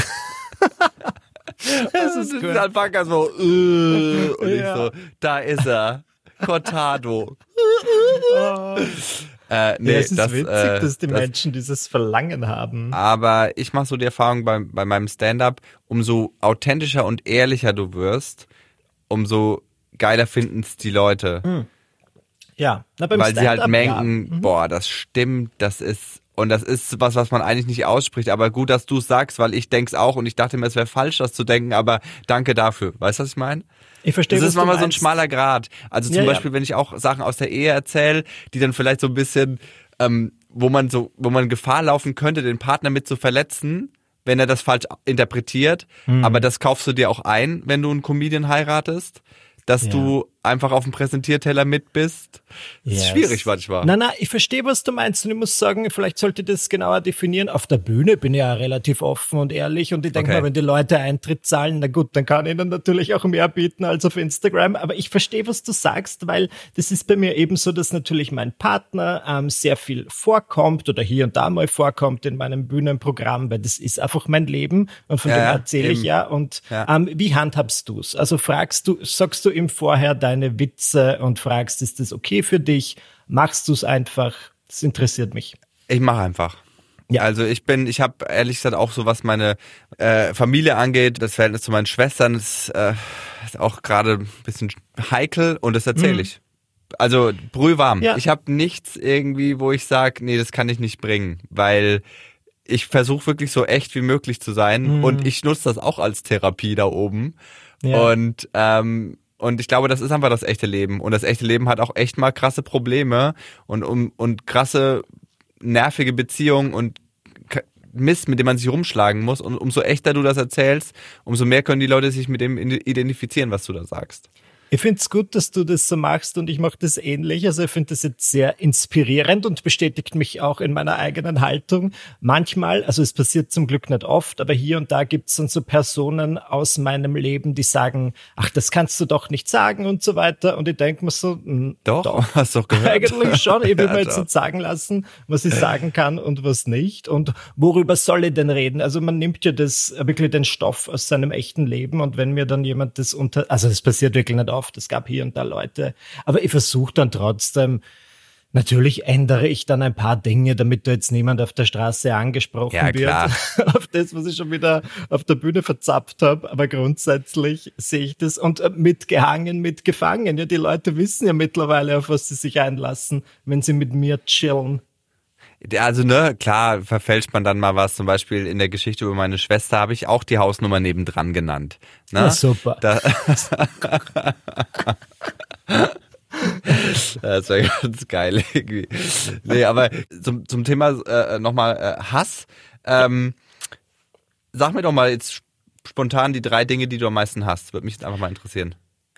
Das ist cool. Alpaka so, äh, und ja. ich so, da ist er. Cortado. Oh. Äh, nee, ja, es ist das, witzig, äh, dass die das, Menschen dieses Verlangen haben. Aber ich mache so die Erfahrung bei, bei meinem Stand-up, umso authentischer und ehrlicher du wirst, umso geiler finden es die Leute. Hm. Ja, na, beim weil sie halt merken, ja. mhm. boah, das stimmt, das ist, und das ist was, was man eigentlich nicht ausspricht, aber gut, dass du es sagst, weil ich denk's auch und ich dachte mir, es wäre falsch, das zu denken, aber danke dafür. Weißt du, was ich meine? Ich verstehe, das ist manchmal so ein schmaler Grat. Also zum ja, Beispiel, ja. wenn ich auch Sachen aus der Ehe erzähle, die dann vielleicht so ein bisschen, ähm, wo man so, wo man Gefahr laufen könnte, den Partner mit zu verletzen, wenn er das falsch interpretiert, hm. aber das kaufst du dir auch ein, wenn du einen Comedian heiratest. Dass ja. du einfach auf dem Präsentierteller mit bist. Das yes. ist schwierig manchmal. Nein, nein, ich verstehe, was du meinst. Und ich muss sagen, vielleicht sollte ich das genauer definieren. Auf der Bühne bin ich ja relativ offen und ehrlich. Und ich denke okay. mal, wenn die Leute Eintritt zahlen, na gut, dann kann ich ihnen natürlich auch mehr bieten als auf Instagram. Aber ich verstehe, was du sagst, weil das ist bei mir eben so, dass natürlich mein Partner ähm, sehr viel vorkommt oder hier und da mal vorkommt in meinem Bühnenprogramm, weil das ist einfach mein Leben. Und von ja, dem erzähle ich ja. Und ja. Ähm, wie handhabst du es? Also fragst du, sagst du ihm vorher deine Witze und fragst, ist das okay für dich? Machst du es einfach? Das interessiert mich. Ich mache einfach. Ja. Also ich bin, ich habe ehrlich gesagt auch so, was meine äh, Familie angeht, das Verhältnis zu meinen Schwestern ist, äh, ist auch gerade ein bisschen heikel und das erzähle mhm. ich. Also brühwarm. Ja. Ich habe nichts irgendwie, wo ich sage, nee, das kann ich nicht bringen, weil ich versuche wirklich so echt wie möglich zu sein mhm. und ich nutze das auch als Therapie da oben. Ja. Und ähm, Und ich glaube, das ist einfach das echte Leben. Und das echte Leben hat auch echt mal krasse Probleme und um und krasse nervige Beziehungen und Mist, mit dem man sich rumschlagen muss. Und umso echter du das erzählst, umso mehr können die Leute sich mit dem identifizieren, was du da sagst. Ich finde es gut, dass du das so machst und ich mache das ähnlich. Also ich finde das jetzt sehr inspirierend und bestätigt mich auch in meiner eigenen Haltung. Manchmal, also es passiert zum Glück nicht oft, aber hier und da gibt es dann so Personen aus meinem Leben, die sagen, ach, das kannst du doch nicht sagen und so weiter. Und ich denke mir so, mh, doch, doch, hast doch gehört. Eigentlich schon. Ich will Ja, mir jetzt doch. nicht sagen lassen, was ich sagen kann und was nicht. Und worüber soll ich denn reden? Also man nimmt ja das wirklich den Stoff aus seinem echten Leben und wenn mir dann jemand das unter, also das passiert wirklich nicht oft, es gab hier und da Leute, aber ich versuche dann trotzdem, natürlich ändere ich dann ein paar Dinge, damit da jetzt niemand auf der Straße angesprochen Ja, klar. wird auf das, was ich schon wieder auf der Bühne verzapft habe. Aber grundsätzlich sehe ich das und äh, mitgehangen, mitgefangen. Ja, die Leute wissen ja mittlerweile, auf was sie sich einlassen, wenn sie mit mir chillen. Also, ne, klar, verfälscht man dann mal was. Zum Beispiel in der Geschichte über meine Schwester habe ich auch die Hausnummer nebendran genannt. Ne? Na super. Da, das wäre ganz geil irgendwie. Nee, aber zum, zum Thema äh, nochmal äh, Hass. Ähm, sag mir doch mal jetzt spontan die drei Dinge, die du am meisten hasst. Würde mich jetzt einfach mal interessieren.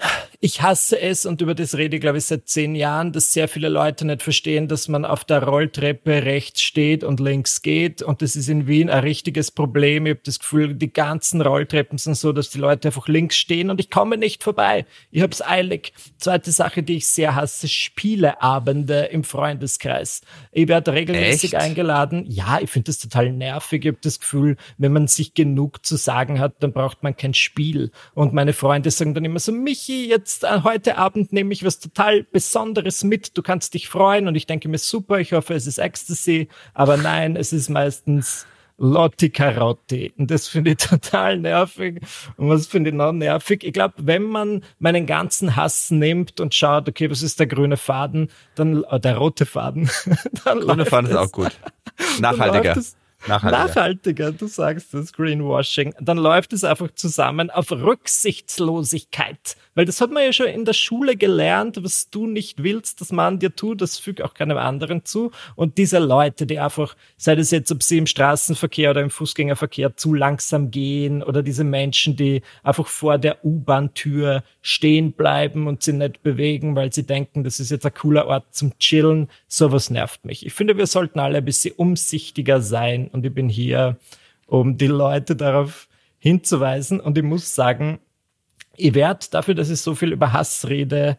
Ich hasse es, und über das rede ich, glaube ich, seit zehn Jahren, dass sehr viele Leute nicht verstehen, dass man auf der Rolltreppe rechts steht und links geht. Und das ist in Wien ein richtiges Problem. Ich habe das Gefühl, die ganzen Rolltreppen sind so, dass die Leute einfach links stehen und ich komme nicht vorbei. Ich habe es eilig. Zweite Sache, die ich sehr hasse, Spieleabende im Freundeskreis. Ich werde regelmäßig Echt? eingeladen. Ja, ich finde das total nervig. Ich habe das Gefühl, wenn man sich genug zu sagen hat, dann braucht man kein Spiel. Und meine Freunde sagen dann immer so, Michi, jetzt äh, heute Abend nehme ich was total Besonderes mit. Du kannst dich freuen. Und ich denke mir, super, ich hoffe, es ist Ecstasy. Aber nein, es ist meistens Lotti Carotti. Und das finde ich total nervig. Und was finde ich noch nervig? Ich glaube, wenn man meinen ganzen Hass nimmt und schaut, okay, was ist der grüne Faden, dann, äh, der rote Faden, dann Grüne läuft Faden ist es. auch gut. Dann Nachhaltiger. läuft es- Nachhaltiger. Nachhaltiger, du sagst das, Greenwashing. Dann läuft es einfach zusammen auf Rücksichtslosigkeit. Weil das hat man ja schon in der Schule gelernt, was du nicht willst, dass man dir tut, das fügt auch keinem anderen zu. Und diese Leute, die einfach, sei das jetzt, ob sie im Straßenverkehr oder im Fußgängerverkehr zu langsam gehen, oder diese Menschen, die einfach vor der U-Bahn-Tür stehen bleiben und sie nicht bewegen, weil sie denken, das ist jetzt ein cooler Ort zum Chillen, sowas nervt mich. Ich finde, wir sollten alle ein bisschen umsichtiger sein. Und ich bin hier, um die Leute darauf hinzuweisen. Und ich muss sagen, ich werde dafür, dass ich so viel über Hass rede,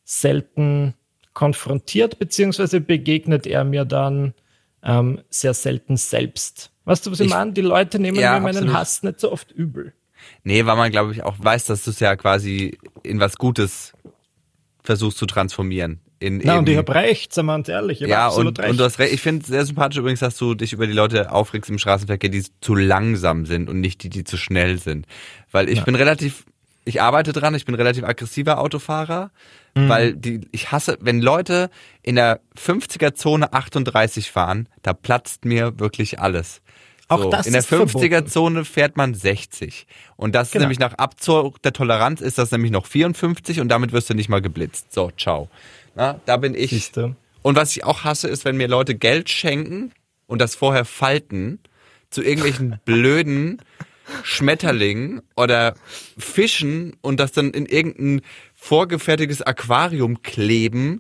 selten konfrontiert, beziehungsweise begegnet er mir dann ähm, sehr selten selbst. Weißt du, was ich, Ich- meine? Die Leute nehmen Ja, mir meinen absolut. Hass nicht so oft übel. Nee, weil man, glaube ich, auch weiß, dass du es ja quasi in was Gutes versuchst zu transformieren. In Na, eben, und ich habe recht, seien wir uns ehrlich. Ich hab ja, absolut und, recht. und du hast recht. Ich finde es sehr sympathisch übrigens, dass du dich über die Leute aufregst im Straßenverkehr, die zu langsam sind und nicht die, die zu schnell sind. Weil ich Ja. bin relativ, ich arbeite dran, ich bin relativ aggressiver Autofahrer, Mhm. weil die, ich hasse, wenn Leute in der fünfziger-Zone achtunddreißig fahren, da platzt mir wirklich alles. Auch So, das in der ist verboten. fünfziger-Zone fährt man sechzig. Und das ist Genau. nämlich nach Abzug der Toleranz ist das nämlich noch vierundfünfzig und damit wirst du nicht mal geblitzt. So, ciao. Na, da bin ich. Siehst du. Und was ich auch hasse, ist, wenn mir Leute Geld schenken und das vorher falten zu irgendwelchen blöden Schmetterlingen oder Fischen und das dann in irgendein vorgefertigtes Aquarium kleben.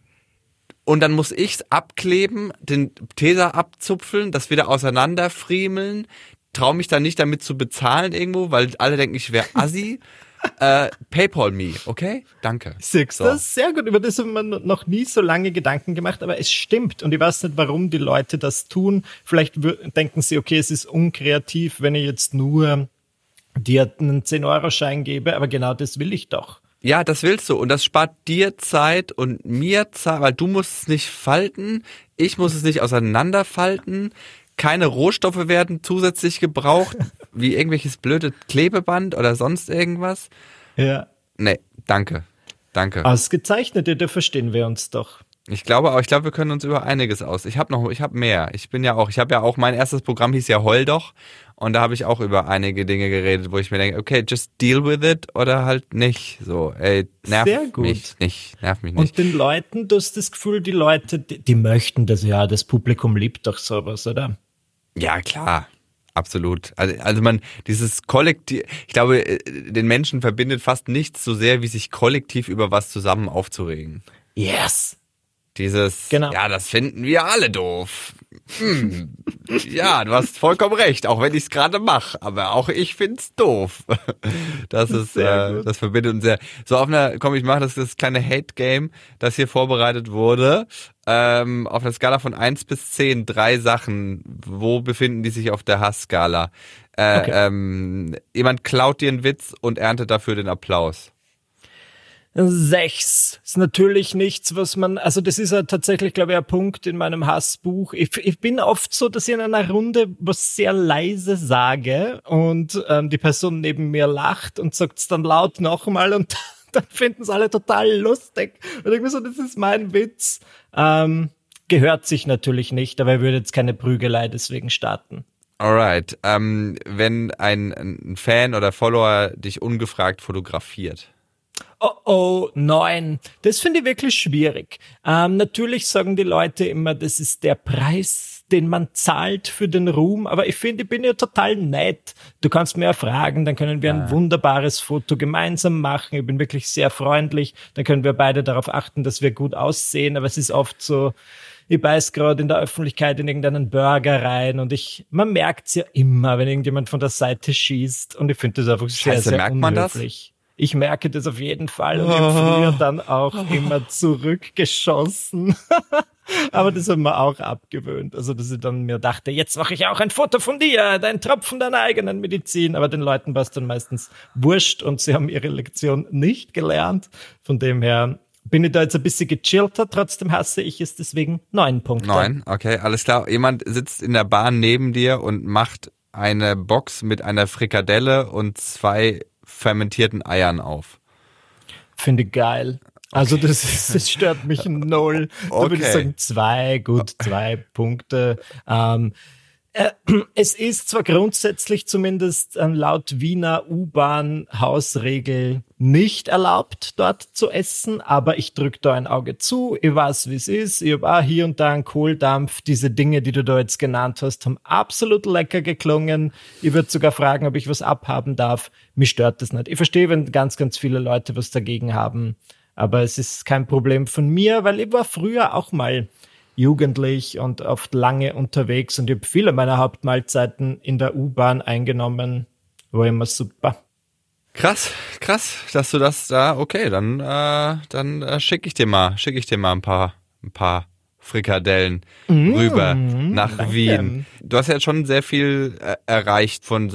Und dann muss ich's abkleben, den Teser abzupfeln, das wieder auseinanderfriemeln, trau mich dann nicht damit zu bezahlen irgendwo, weil alle denken, ich wäre Assi. äh, Paypal me, okay? Danke. Siehst du So. das? Sehr gut. Über das haben wir noch nie so lange Gedanken gemacht, aber es stimmt. Und ich weiß nicht, warum die Leute das tun. Vielleicht wür- denken sie, okay, es ist unkreativ, wenn ich jetzt nur dir einen zehn-Euro-Schein gebe, aber genau das will ich doch. Ja, das willst du. Und das spart dir Zeit und mir Zeit, weil du musst es nicht falten, ich muss es nicht auseinanderfalten, keine Rohstoffe werden zusätzlich gebraucht, wie irgendwelches blöde Klebeband oder sonst irgendwas. Ja. Nee, danke. Danke. Ausgezeichnet, ja, da verstehen wir uns doch. Ich glaube auch, ich glaube, wir können uns über einiges aus. Ich habe noch, ich habe mehr. Ich bin ja auch, ich habe ja auch, mein erstes Programm hieß ja Heul doch. Und da habe ich auch über einige Dinge geredet, wo ich mir denke, okay, just deal with it oder halt nicht. So, ey, nerv Sehr gut. mich nicht, nerv mich nicht. Und den Leuten, du hast das Gefühl, die Leute, die, die möchten das, ja, das Publikum liebt doch sowas, oder? Ja, klar. Absolut. Also, also man, dieses Kollektiv, ich glaube, den Menschen verbindet fast nichts so sehr, wie sich kollektiv über was zusammen aufzuregen. Yes! Dieses, genau. Ja, das finden wir alle doof. Hm. Ja, du hast vollkommen recht, auch wenn ich es gerade mache, aber auch ich find's doof. Das ist, äh, das verbindet uns sehr. So auf einer, komm, ich mache das, das kleine Hate-Game, das hier vorbereitet wurde. Ähm, auf einer Skala von eins bis zehn, drei Sachen. Wo befinden die sich auf der Hassskala? Äh, okay. ähm, jemand klaut dir einen Witz und erntet dafür den Applaus. Sechs. Ist natürlich nichts, was man, also das ist ja tatsächlich, glaube ich, ein Punkt in meinem Hassbuch. Ich, ich bin oft so, dass ich in einer Runde was sehr leise sage und ähm, die Person neben mir lacht und sagt es dann laut nochmal und dann finden es alle total lustig. Und ich bin so, das ist mein Witz. Ähm, gehört sich natürlich nicht, aber ich würde jetzt keine Prügelei deswegen starten. Alright. Ähm, wenn ein, ein Fan oder Follower dich ungefragt fotografiert. Oh oh, nein. Das finde ich wirklich schwierig. Ähm, natürlich sagen die Leute immer, das ist der Preis, den man zahlt für den Ruhm. Aber ich finde, ich bin ja total nett. Du kannst mir ja fragen, dann können wir ein wunderbares Foto gemeinsam machen. Ich bin wirklich sehr freundlich. Dann können wir beide darauf achten, dass wir gut aussehen. Aber es ist oft so, ich beiß gerade in der Öffentlichkeit in irgendeinen Burger rein und ich, man merkt's ja immer, wenn irgendjemand von der Seite schießt. Und ich finde das einfach sehr, Scheiße, sehr merkt man unhöflich. Das? Ich merke das auf jeden Fall und ich habe früher dann auch immer zurückgeschossen. Aber das haben wir auch abgewöhnt. Also, dass ich dann mir dachte, jetzt mache ich auch ein Foto von dir, dein Tropfen deiner eigenen Medizin. Aber den Leuten war es dann meistens wurscht und sie haben ihre Lektion nicht gelernt. Von dem her bin ich da jetzt ein bisschen gechillter. Trotzdem hasse ich es deswegen neun Punkte. Neun, okay, alles klar. Jemand sitzt in der Bahn neben dir und macht eine Box mit einer Frikadelle und zwei fermentierten Eiern auf. Finde ich geil. Also okay. das, ist, das stört mich null. Da okay. würde ich sagen zwei, gut, zwei Punkte. Ähm, äh, es ist zwar grundsätzlich zumindest äh, laut Wiener U-Bahn-Hausregel nicht erlaubt, dort zu essen, aber ich drücke da ein Auge zu, ich weiß, wie es ist, ich habe auch hier und da einen Kohldampf. Diese Dinge, die du da jetzt genannt hast, haben absolut lecker geklungen. Ich würde sogar fragen, ob ich was abhaben darf. Mich stört das nicht. Ich verstehe, wenn ganz, ganz viele Leute was dagegen haben, aber es ist kein Problem von mir, weil ich war früher auch mal jugendlich und oft lange unterwegs und ich habe viele meiner Hauptmahlzeiten in der U-Bahn eingenommen. War immer super. Krass, krass, dass du das da, okay, dann, äh, dann äh, schicke ich dir mal, schicke ich dir mal ein paar, ein paar Frikadellen mmh, rüber nach danke. Wien. Du hast ja jetzt schon sehr viel äh, erreicht von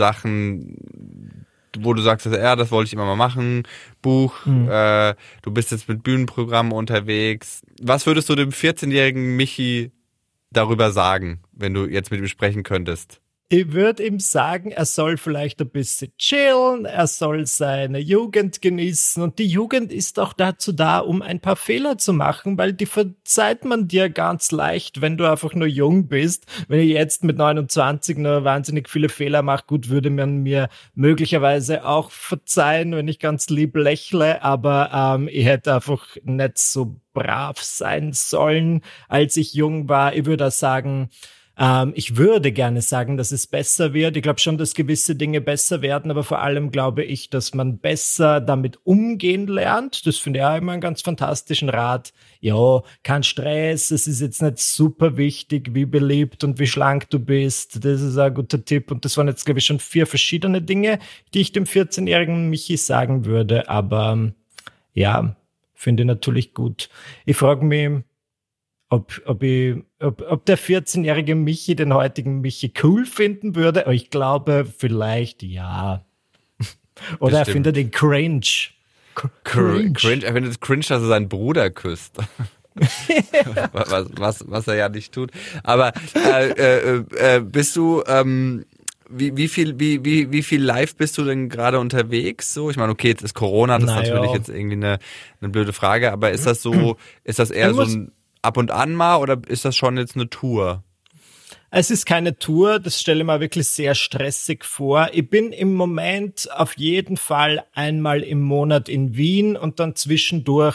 Sachen, wo du sagst, ja, das wollte ich immer mal machen, Buch, mhm. äh, du bist jetzt mit Bühnenprogrammen unterwegs. Was würdest du dem vierzehnjährigen Michi darüber sagen, wenn du jetzt mit ihm sprechen könntest? Ich würde ihm sagen, er soll vielleicht ein bisschen chillen, er soll seine Jugend genießen und die Jugend ist auch dazu da, um ein paar Fehler zu machen, weil die verzeiht man dir ganz leicht, wenn du einfach nur jung bist. Wenn ich jetzt mit neunundzwanzig nur wahnsinnig viele Fehler mache, gut, würde man mir möglicherweise auch verzeihen, wenn ich ganz lieb lächle, aber ähm, ich hätte einfach nicht so brav sein sollen, als ich jung war. Ich würde sagen, Ähm, ich würde gerne sagen, dass es besser wird. Ich glaube schon, dass gewisse Dinge besser werden, aber vor allem glaube ich, dass man besser damit umgehen lernt. Das finde ich auch immer einen ganz fantastischen Rat. Ja, kein Stress, es ist jetzt nicht super wichtig, wie beliebt und wie schlank du bist. Das ist ein guter Tipp. Und das waren jetzt, glaube ich, schon vier verschiedene Dinge, die ich dem vierzehnjährigen Michi sagen würde. Aber ja, finde ich natürlich gut. Ich frage mich, Ob, ob, ich, ob, ob der vierzehnjährige Michi den heutigen Michi cool finden würde. Aber ich glaube, vielleicht ja. Oder er findet den cringe. Cringe. Cringe. Er findet es cringe, dass er seinen Bruder küsst. was, was, was er ja nicht tut. Aber äh, äh, äh, bist du... Ähm, Wie, wie viel, wie, wie, wie viel live bist du denn gerade unterwegs? So, ich meine, okay, jetzt ist Corona, das naja. ist natürlich jetzt irgendwie eine, eine blöde Frage, aber ist das so, ist das eher so ein ab und an mal oder ist das schon jetzt eine Tour? Es ist keine Tour, das stelle ich mir wirklich sehr stressig vor. Ich bin im Moment auf jeden Fall einmal im Monat in Wien und dann zwischendurch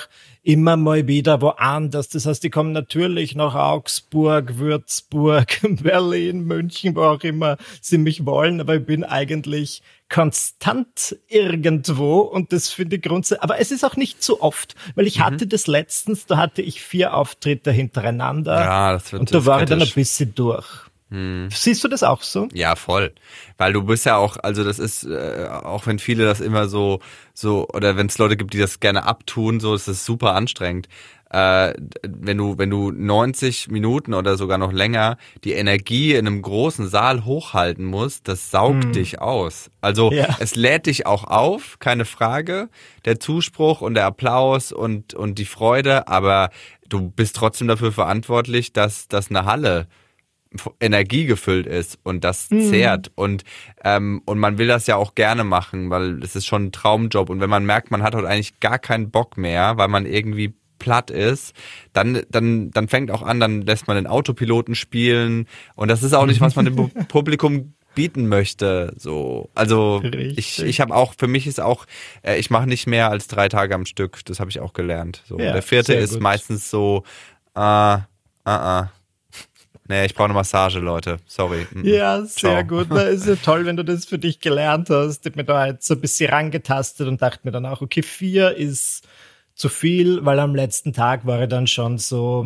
immer mal wieder woanders. Das heißt, die kommen natürlich nach Augsburg, Würzburg, Berlin, München, wo auch immer sie mich wollen, aber ich bin eigentlich konstant irgendwo und das finde ich grundsätzlich, aber es ist auch nicht so oft, weil ich mhm. hatte das letztens, da hatte ich vier Auftritte hintereinander ja, das wird, und da das war ich dann ein bisschen durch. Hm. Siehst du das auch so? Ja, voll. Weil du bist ja auch, also das ist, äh, auch wenn viele das immer so, so, oder wenn es Leute gibt, die das gerne abtun, so ist es super anstrengend. Äh, wenn du, wenn du neunzig Minuten oder sogar noch länger die Energie in einem großen Saal hochhalten musst, das saugt hm. dich aus. Also ja. es lädt dich auch auf, keine Frage, der Zuspruch und der Applaus und, und die Freude, aber du bist trotzdem dafür verantwortlich, dass, dass eine Halle Energie gefüllt ist und das mhm. zehrt und ähm, und man will das ja auch gerne machen, weil es ist schon ein Traumjob und wenn man merkt, man hat heute eigentlich gar keinen Bock mehr, weil man irgendwie platt ist, dann dann dann fängt auch an, dann lässt man den Autopiloten spielen und das ist auch nicht, was man dem Publikum bieten möchte, so. Also Richtig. ich ich habe auch, für mich ist auch, äh, ich mache nicht mehr als drei Tage am Stück, das habe ich auch gelernt. So. Ja, der vierte ist gut. Meistens so, äh, äh, äh. Nee, ich brauche eine Massage, Leute. Sorry. Ja, sehr Ciao. Gut. Na, ist ja toll, wenn du das für dich gelernt hast. Ich habe mir da jetzt so ein bisschen rangetastet und dachte mir dann auch, okay, vier ist zu viel, weil am letzten Tag war ich dann schon so,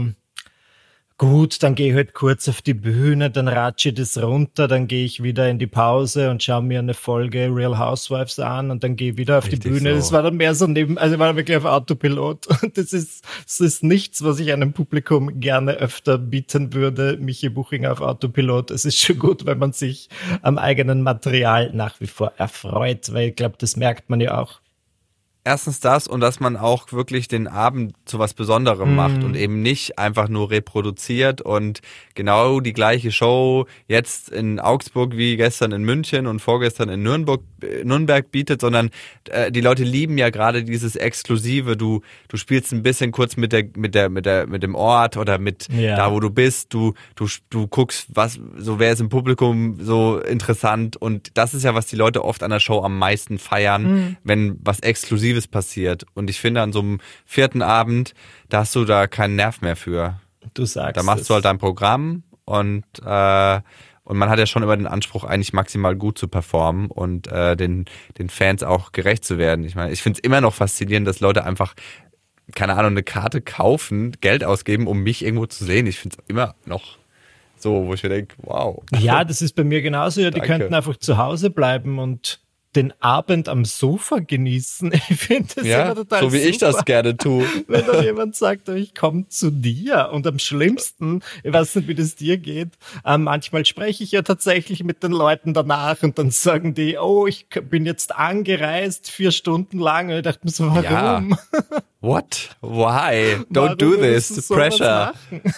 gut, dann gehe ich halt kurz auf die Bühne, dann ratsche ich das runter, dann gehe ich wieder in die Pause und schaue mir eine Folge Real Housewives an und dann gehe ich wieder auf Richtig die Bühne. So. Das war dann mehr so neben, also ich war wirklich auf Autopilot. Und das ist, das ist nichts, was ich einem Publikum gerne öfter bieten würde. Michi Buchinger auf Autopilot. Es ist schon gut, wenn man sich am eigenen Material nach wie vor erfreut, weil ich glaube, das merkt man ja auch. Erstens das und dass man auch wirklich den Abend zu was Besonderem mm. macht und eben nicht einfach nur reproduziert und genau die gleiche Show jetzt in Augsburg wie gestern in München und vorgestern in Nürnberg, Nürnberg bietet, sondern äh, die Leute lieben ja gerade dieses Exklusive. Du du spielst ein bisschen kurz mit der mit der mit der mit dem Ort oder mit ja. da, wo du bist. Du du du guckst, was so wer ist im Publikum so interessant und das ist ja, was die Leute oft an der Show am meisten feiern, mm. wenn was Exklusives passiert. Und ich finde, an so einem vierten Abend, da hast du da keinen Nerv mehr für. Du sagst Da machst es. du halt dein Programm und äh, und man hat ja schon immer den Anspruch, eigentlich maximal gut zu performen und äh, den den Fans auch gerecht zu werden. Ich meine, ich finde es immer noch faszinierend, dass Leute einfach, keine Ahnung, eine Karte kaufen, Geld ausgeben, um mich irgendwo zu sehen. Ich finde es immer noch so, wo ich mir denke, wow. Ja, das ist bei mir genauso. Ja, die Danke. könnten einfach zu Hause bleiben und den Abend am Sofa genießen. Ich finde das ja, immer total so wie super, ich das gerne tue. Wenn dann jemand sagt, ich komme zu dir und am schlimmsten, ich weiß nicht, wie das dir geht, äh, manchmal spreche ich ja tatsächlich mit den Leuten danach und dann sagen die, oh, ich bin jetzt angereist, vier Stunden lang und ich dachte mir so, warum? Ja. What? Why? Don't warum do this. Pressure.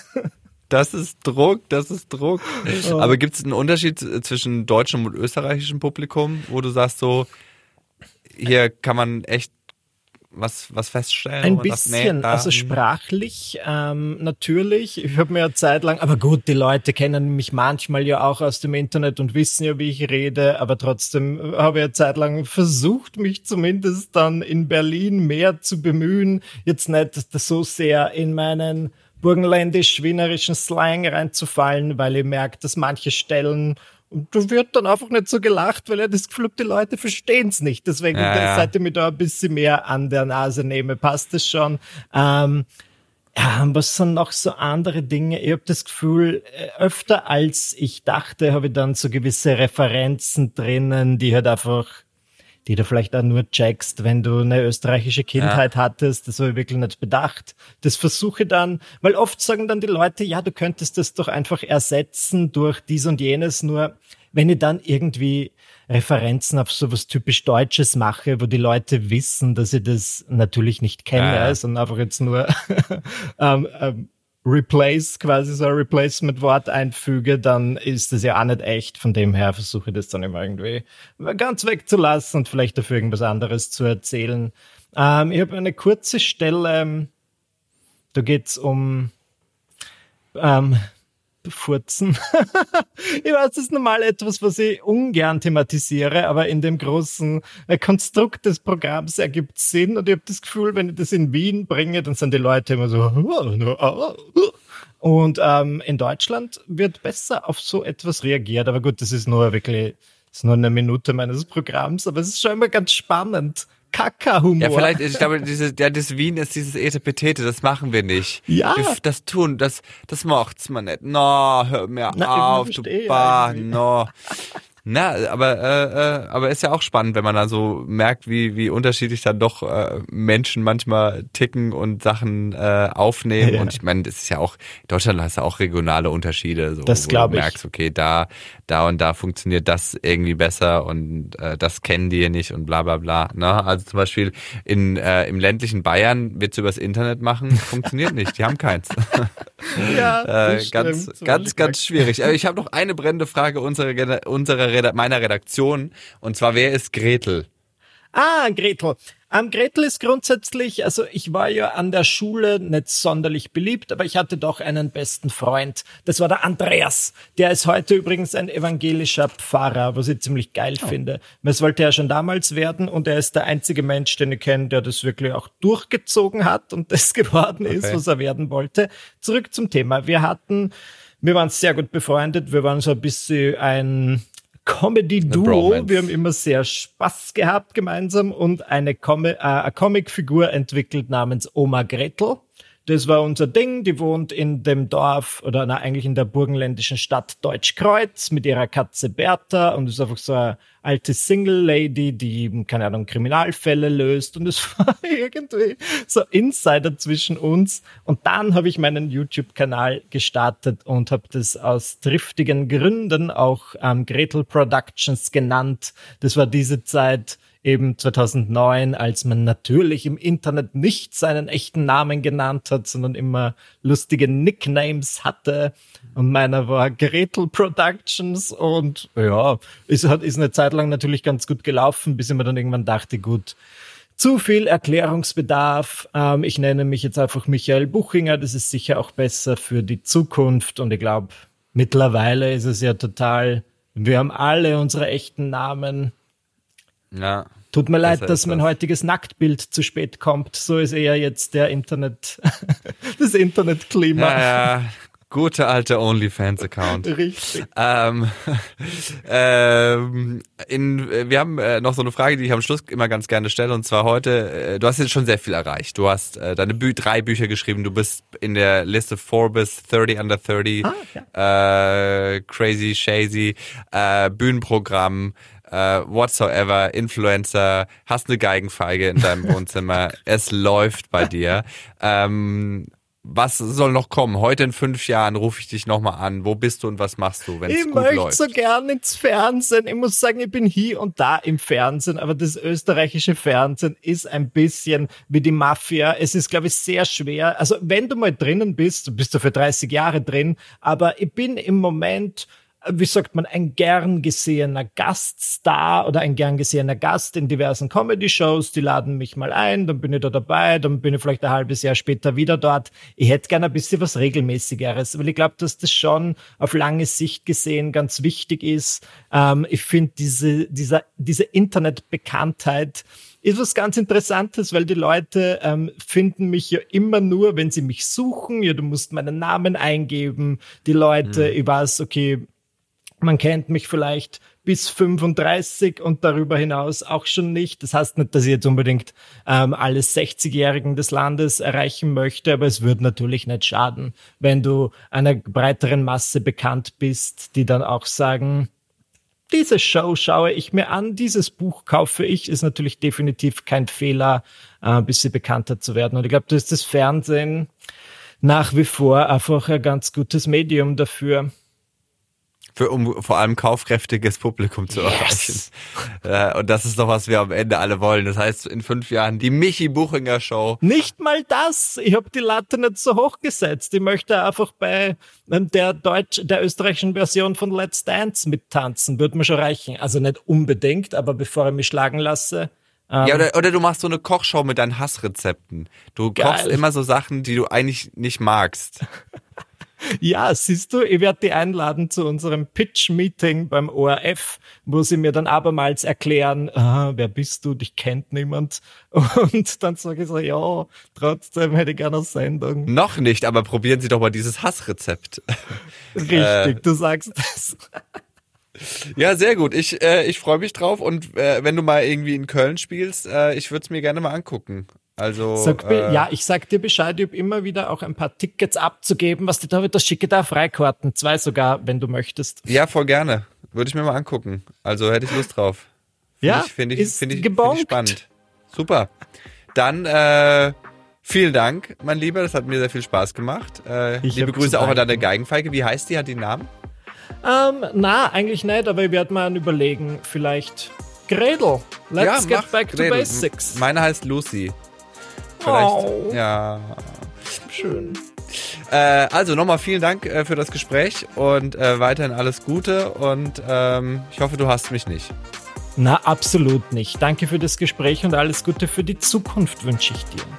Das ist Druck, das ist Druck. Oh. Aber gibt es einen Unterschied zwischen deutschem und österreichischem Publikum, wo du sagst so, hier kann man echt was was feststellen? Ein bisschen, sagt, nee, also sprachlich ähm, natürlich. Ich habe mir ja Zeit lang, aber gut, die Leute kennen mich manchmal ja auch aus dem Internet und wissen ja, wie ich rede, aber trotzdem habe ich ja Zeit lang versucht, mich zumindest dann in Berlin mehr zu bemühen, jetzt nicht so sehr in meinen burgenländisch-wienerischen Slang reinzufallen, weil ich merke, dass manche Stellen, und da wird dann einfach nicht so gelacht, weil ich das Gefühl habe, die Leute verstehen es nicht. Deswegen, ja, ja. seit ich mich da ein bisschen mehr an der Nase nehme, passt es schon. Ähm, ja, was sind noch so andere Dinge? Ich habe das Gefühl, öfter als ich dachte, habe ich dann so gewisse Referenzen drinnen, die halt einfach die du vielleicht auch nur checkst, wenn du eine österreichische Kindheit ja. hattest. Das habe ich wirklich nicht bedacht. Das versuche dann, weil oft sagen dann die Leute, ja, du könntest das doch einfach ersetzen durch dies und jenes. Nur wenn ich dann irgendwie Referenzen auf sowas typisch Deutsches mache, wo die Leute wissen, dass ich das natürlich nicht kenne, ja. sondern einfach jetzt nur ähm, ähm, Replace, quasi so ein Replacement-Wort einfüge, dann ist das ja auch nicht echt. Von dem her versuche ich das dann immer irgendwie ganz wegzulassen und vielleicht dafür irgendwas anderes zu erzählen. Ähm, ich habe eine kurze Stelle, da geht's um ähm, Furzen. Ich weiß, das ist normal etwas, was ich ungern thematisiere, aber in dem großen äh, Konstrukt des Programms ergibt es Sinn und ich habe das Gefühl, wenn ich das in Wien bringe, dann sind die Leute immer so und ähm, in Deutschland wird besser auf so etwas reagiert, aber gut, das ist nur wirklich, das ist nur eine Minute meines Programms, aber es ist schon immer ganz spannend. Kaka-Humor. Ja, vielleicht, ich glaube, diese, ja, das Wien ist dieses Etepetete, das machen wir nicht. Ja. Wir, das tun, das, das macht's man nicht. No, hör mir Na, auf, du Bah, no. Na, aber äh, äh, aber ist ja auch spannend, wenn man dann so merkt, wie wie unterschiedlich dann doch äh, Menschen manchmal ticken und Sachen äh, aufnehmen. Ja. Und ich meine, das ist ja auch, in Deutschland hast du auch regionale Unterschiede, so, Das wo glaub du ich. merkst, okay, da da und da funktioniert das irgendwie besser und äh, das kennen die hier nicht und bla bla bla. Ne? Also zum Beispiel in äh, im ländlichen Bayern wird's übers Internet machen, funktioniert nicht, die haben keins. Ja, äh, das ganz stimmt. ganz ganz schwierig. Aber ich habe noch eine brennende Frage unserer Gena- unserer Reda- meiner Redaktion, und zwar, wer ist Gretel? Ah, Gretel. Ähm, Gretel ist grundsätzlich, also ich war ja an der Schule nicht sonderlich beliebt, aber ich hatte doch einen besten Freund. Das war der Andreas. Der ist heute übrigens ein evangelischer Pfarrer, was ich ziemlich geil oh. finde. Das wollte er schon damals werden und er ist der einzige Mensch, den ich kenne, der das wirklich auch durchgezogen hat und das geworden ist, okay. was er werden wollte. Zurück zum Thema. Wir hatten, wir waren sehr gut befreundet. Wir waren so ein bisschen ein Comedy-Duo. Wir haben immer sehr Spaß gehabt gemeinsam und eine, Com- äh, eine Comicfigur entwickelt namens Oma Gretel. Das war unser Ding. Die wohnt in dem Dorf oder na, eigentlich in der burgenländischen Stadt Deutschkreuz mit ihrer Katze Bertha und ist einfach so eine alte Single-Lady, die, keine Ahnung, Kriminalfälle löst und es war irgendwie so Insider zwischen uns. Und dann habe ich meinen YouTube-Kanal gestartet und habe das aus triftigen Gründen auch ähm, Gretel Productions genannt. Das war diese Zeit, eben zweitausendneun, als man natürlich im Internet nicht seinen echten Namen genannt hat, sondern immer lustige Nicknames hatte. Und meiner war Gretel Productions und ja, es hat, ist eine Zeit lang natürlich ganz gut gelaufen, bis ich mir dann irgendwann dachte, gut, zu viel Erklärungsbedarf. Ähm, ich nenne mich jetzt einfach Michael Buchinger, das ist sicher auch besser für die Zukunft und ich glaube, mittlerweile ist es ja total, wir haben alle unsere echten Namen. Ja. Tut mir leid, dass mein das. heutiges Nacktbild zu spät kommt. So ist eher jetzt der Internet, das Internetklima. Ja, ja. Gute alte OnlyFans-Account. Richtig. Ähm, ähm, in, wir haben äh, noch so eine Frage, die ich am Schluss immer ganz gerne stelle, und zwar heute, äh, du hast jetzt schon sehr viel erreicht. Du hast äh, deine Bü- drei Bücher geschrieben, du bist in der Liste Forbes thirty under thirty, ah, ja. äh, Crazy Shazy, äh, Bühnenprogramm, Uh, whatsoever, Influencer, hast eine Geigenfeige in deinem Wohnzimmer, es läuft bei dir. Ähm, was soll noch kommen? Heute in fünf Jahren rufe ich dich nochmal an. Wo bist du und was machst du, wenn es gut läuft? Ich möchte so gern ins Fernsehen. Ich muss sagen, ich bin hier und da im Fernsehen, aber das österreichische Fernsehen ist ein bisschen wie die Mafia. Es ist, glaube ich, sehr schwer. Also wenn du mal drinnen bist, du bist du für dreißig Jahre drin, aber ich bin im Moment, wie sagt man, ein gern gesehener Gaststar oder ein gern gesehener Gast in diversen Comedy-Shows. Die laden mich mal ein, dann bin ich da dabei, dann bin ich vielleicht ein halbes Jahr später wieder dort. Ich hätte gerne ein bisschen was Regelmäßigeres, weil ich glaube, dass das schon auf lange Sicht gesehen ganz wichtig ist. Ähm, ich finde diese, dieser, diese Internetbekanntheit ist was ganz Interessantes, weil die Leute ähm, finden mich ja immer nur, wenn sie mich suchen. Ja, du musst meinen Namen eingeben. Die Leute, mhm. ich weiß, okay, man kennt mich vielleicht bis fünfunddreißig und darüber hinaus auch schon nicht. Das heißt nicht, dass ich jetzt unbedingt ähm, alle sechzigjährigen des Landes erreichen möchte, aber es würde natürlich nicht schaden, wenn du einer breiteren Masse bekannt bist, die dann auch sagen, diese Show schaue ich mir an, dieses Buch kaufe ich, ist natürlich definitiv kein Fehler, äh, ein bisschen bekannter zu werden. Und ich glaube, da ist das Fernsehen nach wie vor einfach ein ganz gutes Medium dafür. Für, um vor allem kaufkräftiges Publikum zu yes. erreichen. Äh, und das ist doch, was wir am Ende alle wollen. Das heißt, in fünf Jahren die Michi Buchinger Show. Nicht mal das. Ich habe die Latte nicht so hoch gesetzt. Ich möchte einfach bei der deutsch, der österreichischen Version von Let's Dance mittanzen. Würde mir schon reichen. Also nicht unbedingt, aber bevor ich mich schlagen lasse. Ähm, ja, oder, oder du machst so eine Kochshow mit deinen Hassrezepten. Du geil. kochst immer so Sachen, die du eigentlich nicht magst. Ja, siehst du, ich werde die einladen zu unserem Pitch-Meeting beim O R F, wo sie mir dann abermals erklären, ah, wer bist du, dich kennt niemand. Und dann sage ich so, ja, trotzdem hätte ich gerne eine Sendung. Noch nicht, aber probieren Sie doch mal dieses Hassrezept. Richtig, äh, du sagst das. Ja, sehr gut. Ich, äh, ich freue mich drauf und äh, wenn du mal irgendwie in Köln spielst, äh, ich würde es mir gerne mal angucken. Also, Sag, äh, ja, ich sag dir Bescheid, ich habe immer wieder auch ein paar Tickets abzugeben, was dir da wird, das schicke da Freikarten, zwei sogar, wenn du möchtest. Ja, voll gerne. Würde ich mir mal angucken. Also hätte ich Lust drauf. Find ja, ich, find ich, ist find ich, gebongt. Find ich spannend. Super. Dann äh, vielen Dank, mein Lieber. Das hat mir sehr viel Spaß gemacht. Äh, Ich liebe hab Grüße zu auch an deine danken. Geigenfeige. Wie heißt die? Hat die einen Namen? Ähm, na, eigentlich nicht, aber ich werde mal überlegen, vielleicht Gredel. Let's ja, get mach, back Gretel. to basics. Meine heißt Lucy. Vielleicht. Oh. Ja. Schön. Äh, also nochmal vielen Dank äh, für das Gespräch und äh, weiterhin alles Gute und ähm, ich hoffe, du hast mich nicht. Na, absolut nicht. Danke für das Gespräch und alles Gute für die Zukunft wünsche ich dir.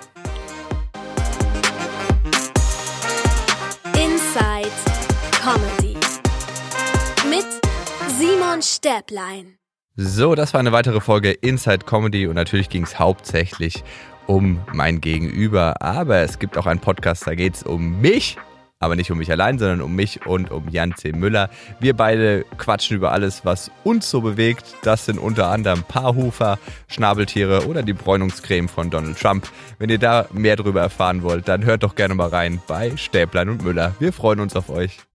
Inside Comedy mit Simon Stäblein. So, das war eine weitere Folge Inside Comedy und natürlich ging es hauptsächlich um mein Gegenüber, aber es gibt auch einen Podcast, da geht es um mich, aber nicht um mich allein, sondern um mich und um Jan C. Müller. Wir beide quatschen über alles, was uns so bewegt. Das sind unter anderem Paarhufer, Schnabeltiere oder die Bräunungscreme von Donald Trump. Wenn ihr da mehr darüber erfahren wollt, dann hört doch gerne mal rein bei Stäblein und Müller. Wir freuen uns auf euch.